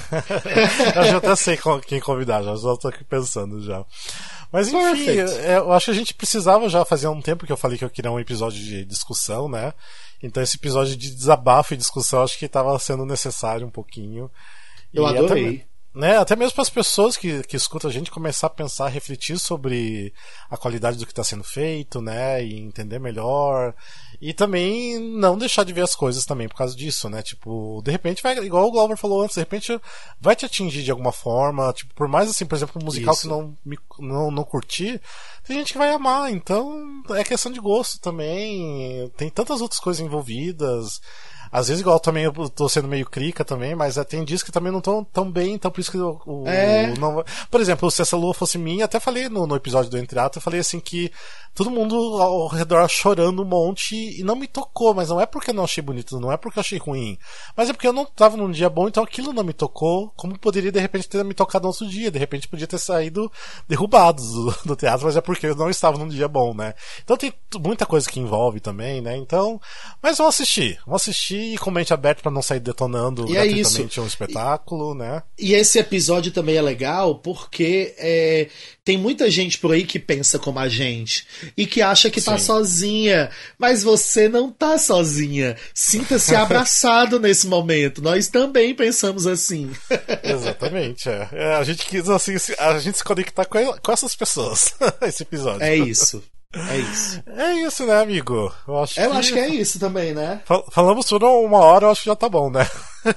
Eu já até sei quem convidar, já estou aqui pensando já. Mas enfim, eu, eu acho que a gente precisava já fazer um tempo que eu falei que eu queria um episódio de discussão, né? Então esse episódio de desabafo e discussão acho que estava sendo necessário um pouquinho. Eu e adorei. Até, né, até mesmo para as pessoas que, que escutam a gente começar a pensar, refletir sobre a qualidade do que está sendo feito, né, e entender melhor, e também não deixar de ver as coisas também por causa disso, né, tipo, de repente vai, igual o Glauber falou antes, de repente vai te atingir de alguma forma, tipo, por mais assim, por exemplo, um musical Isso. que não, não, não curtir, tem gente que vai amar, então é questão de gosto também, tem tantas outras coisas envolvidas. Às vezes, igual também eu tô sendo meio crica também, mas tem discos que também não estão tão bem, então por isso que o, o, é. o não... Por exemplo, se essa lua fosse minha, até falei no, no episódio do Entre Ato, eu falei assim que todo mundo ao redor chorando um monte e não me tocou, mas não é porque eu não achei bonito, não é porque eu achei ruim, mas é porque eu não tava num dia bom, então aquilo não me tocou, como poderia de repente ter me tocado no outro dia, de repente podia ter saído derrubado do, do teatro, mas é porque eu não estava num dia bom, né? Então tem muita coisa que envolve também, né? Então, mas vamos assistir, vamos assistir e com mente aberta pra não sair detonando e gratuitamente é um espetáculo, e, né? E esse episódio também é legal porque é, tem muita gente por aí que pensa como a gente e que acha que Sim. tá sozinha, mas você não tá sozinha. Sinta-se abraçado nesse momento. Nós também pensamos assim. Exatamente, é. É, a gente quis assim, a gente se conectar com, com essas pessoas esse episódio. É isso. É isso. É isso, né, amigo? Eu acho, eu que... acho que é isso também, né? Fal- falamos por uma hora, eu acho que já tá bom, né?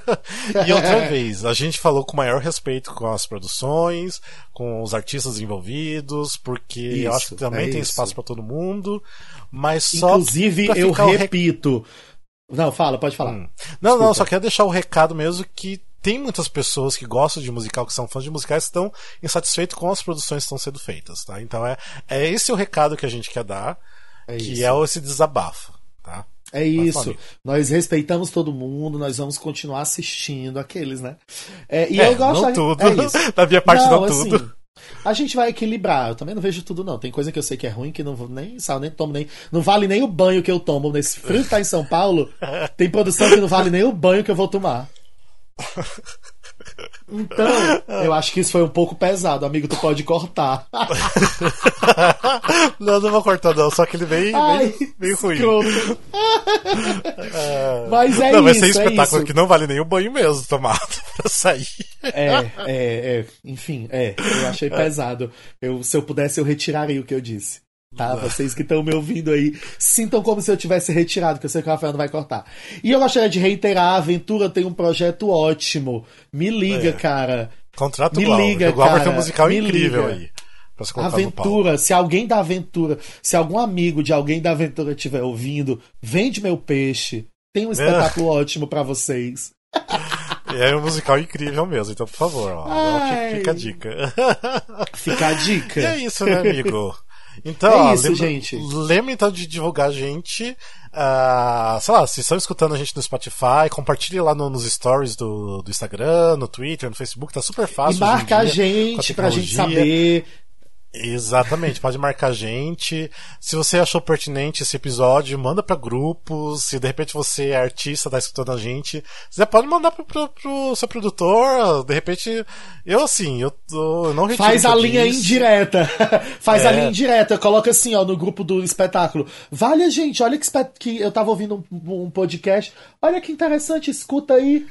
E outra vez, a gente falou com o maior respeito com as produções, com os artistas envolvidos, porque isso, eu acho que também é tem isso. espaço pra todo mundo, mas só. Inclusive, eu repito. Rec... Não, fala, pode falar. Hum. Não, Desculpa. não, só quero deixar o recado mesmo que tem muitas pessoas que gostam de musical, que são fãs de musicais, que estão insatisfeitos com as produções que estão sendo feitas, tá? Então é, é esse o recado que a gente quer dar, é que isso. é esse desabafo, tá? É isso. Nós respeitamos todo mundo, nós vamos continuar assistindo aqueles, né? É, e é, eu gosto não tudo. É isso. Da minha parte não, não assim, tudo. A gente vai equilibrar. Eu também não vejo tudo, não. Tem coisa que eu sei que é ruim, que não vou nem sal, nem tomo, nem. Não vale nem o banho que eu tomo. Nesse frio que tá em São Paulo, tem produção que não vale nem o banho que eu vou tomar. Então, eu acho que isso foi um pouco pesado, amigo, tu pode cortar. Não, não vou cortar não, só aquele bem, Ai, bem, bem ruim. É... Mas é não, isso, vai ser um espetáculo é que não vale nem o banho mesmo tomado pra sair. É, é, é, enfim, é, eu achei pesado. Eu, se eu pudesse, eu retiraria o que eu disse. Tá? Vocês que estão me ouvindo aí, sintam como se eu tivesse retirado, que eu sei que o Rafael não vai cortar. E eu gostaria de reiterar, a Aventura tem um projeto ótimo. Me liga, é. cara. Contrato me Glau. liga, o Glau cara. vai ter um musical me incrível liga. aí. Pra se colocar Aventura, se alguém da Aventura, se algum amigo de alguém da Aventura estiver ouvindo, vende meu peixe. Tem um espetáculo é. ótimo pra vocês. É um musical incrível mesmo, então por favor, ó, fica, fica a dica. Fica a dica. E é isso, né, amigo? Então, é ó, isso, lembra, gente. Lembra então de divulgar a gente. Uh, sei lá, se estão escutando a gente no Spotify, compartilhe lá no, nos stories do, do Instagram, no Twitter, no Facebook, tá super fácil. E marca a gente pra gente saber. Exatamente, pode marcar a gente. Se você achou pertinente esse episódio, manda pra grupos. Se de repente você é artista, tá escutando a gente, você pode mandar pro, pro, pro seu produtor. De repente, eu assim, eu, eu não retiro. Faz a linha disse. indireta. Faz é. a linha indireta. Coloca assim, ó, no grupo do espetáculo. Vale, gente, olha que, espet... que eu tava ouvindo um, um podcast. Olha que interessante, escuta aí.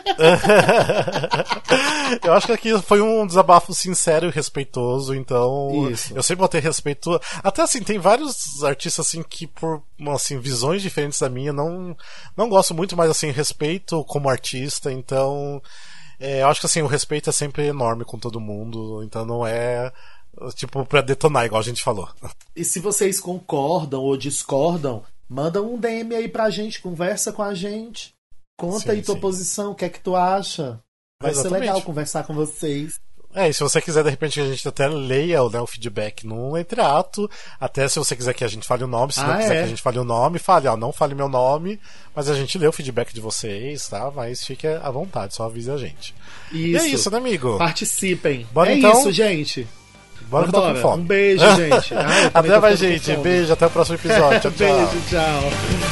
Eu acho que aqui foi um desabafo sincero e respeitoso, então Isso. eu sempre vou ter respeito. Até assim, tem vários artistas assim que por assim, visões diferentes da minha, não, não gosto muito, mas assim, respeito como artista, então é, eu acho que assim, o respeito é sempre enorme com todo mundo, então não é tipo pra detonar, igual a gente falou. E se vocês concordam ou discordam, manda um D M aí pra gente, conversa com a gente. Conta sim, aí tua sim. posição, o que é que tu acha? Vai Exatamente. ser legal conversar com vocês. É, e se você quiser, de repente, que a gente até leia né, o feedback no entreato, até se você quiser que a gente fale o nome, se ah, não quiser é. que a gente fale o nome, fale, ó, não fale meu nome, mas a gente lê o feedback de vocês, tá? Mas fique à vontade, só avise a gente. Isso. E é isso, né, amigo? Participem. Bora, é então... isso, gente. Bora que eu tô com fome. Um beijo, gente. Ai, até mais, gente. Beijo, até o próximo episódio. Tchau, tchau. Beijo, tchau.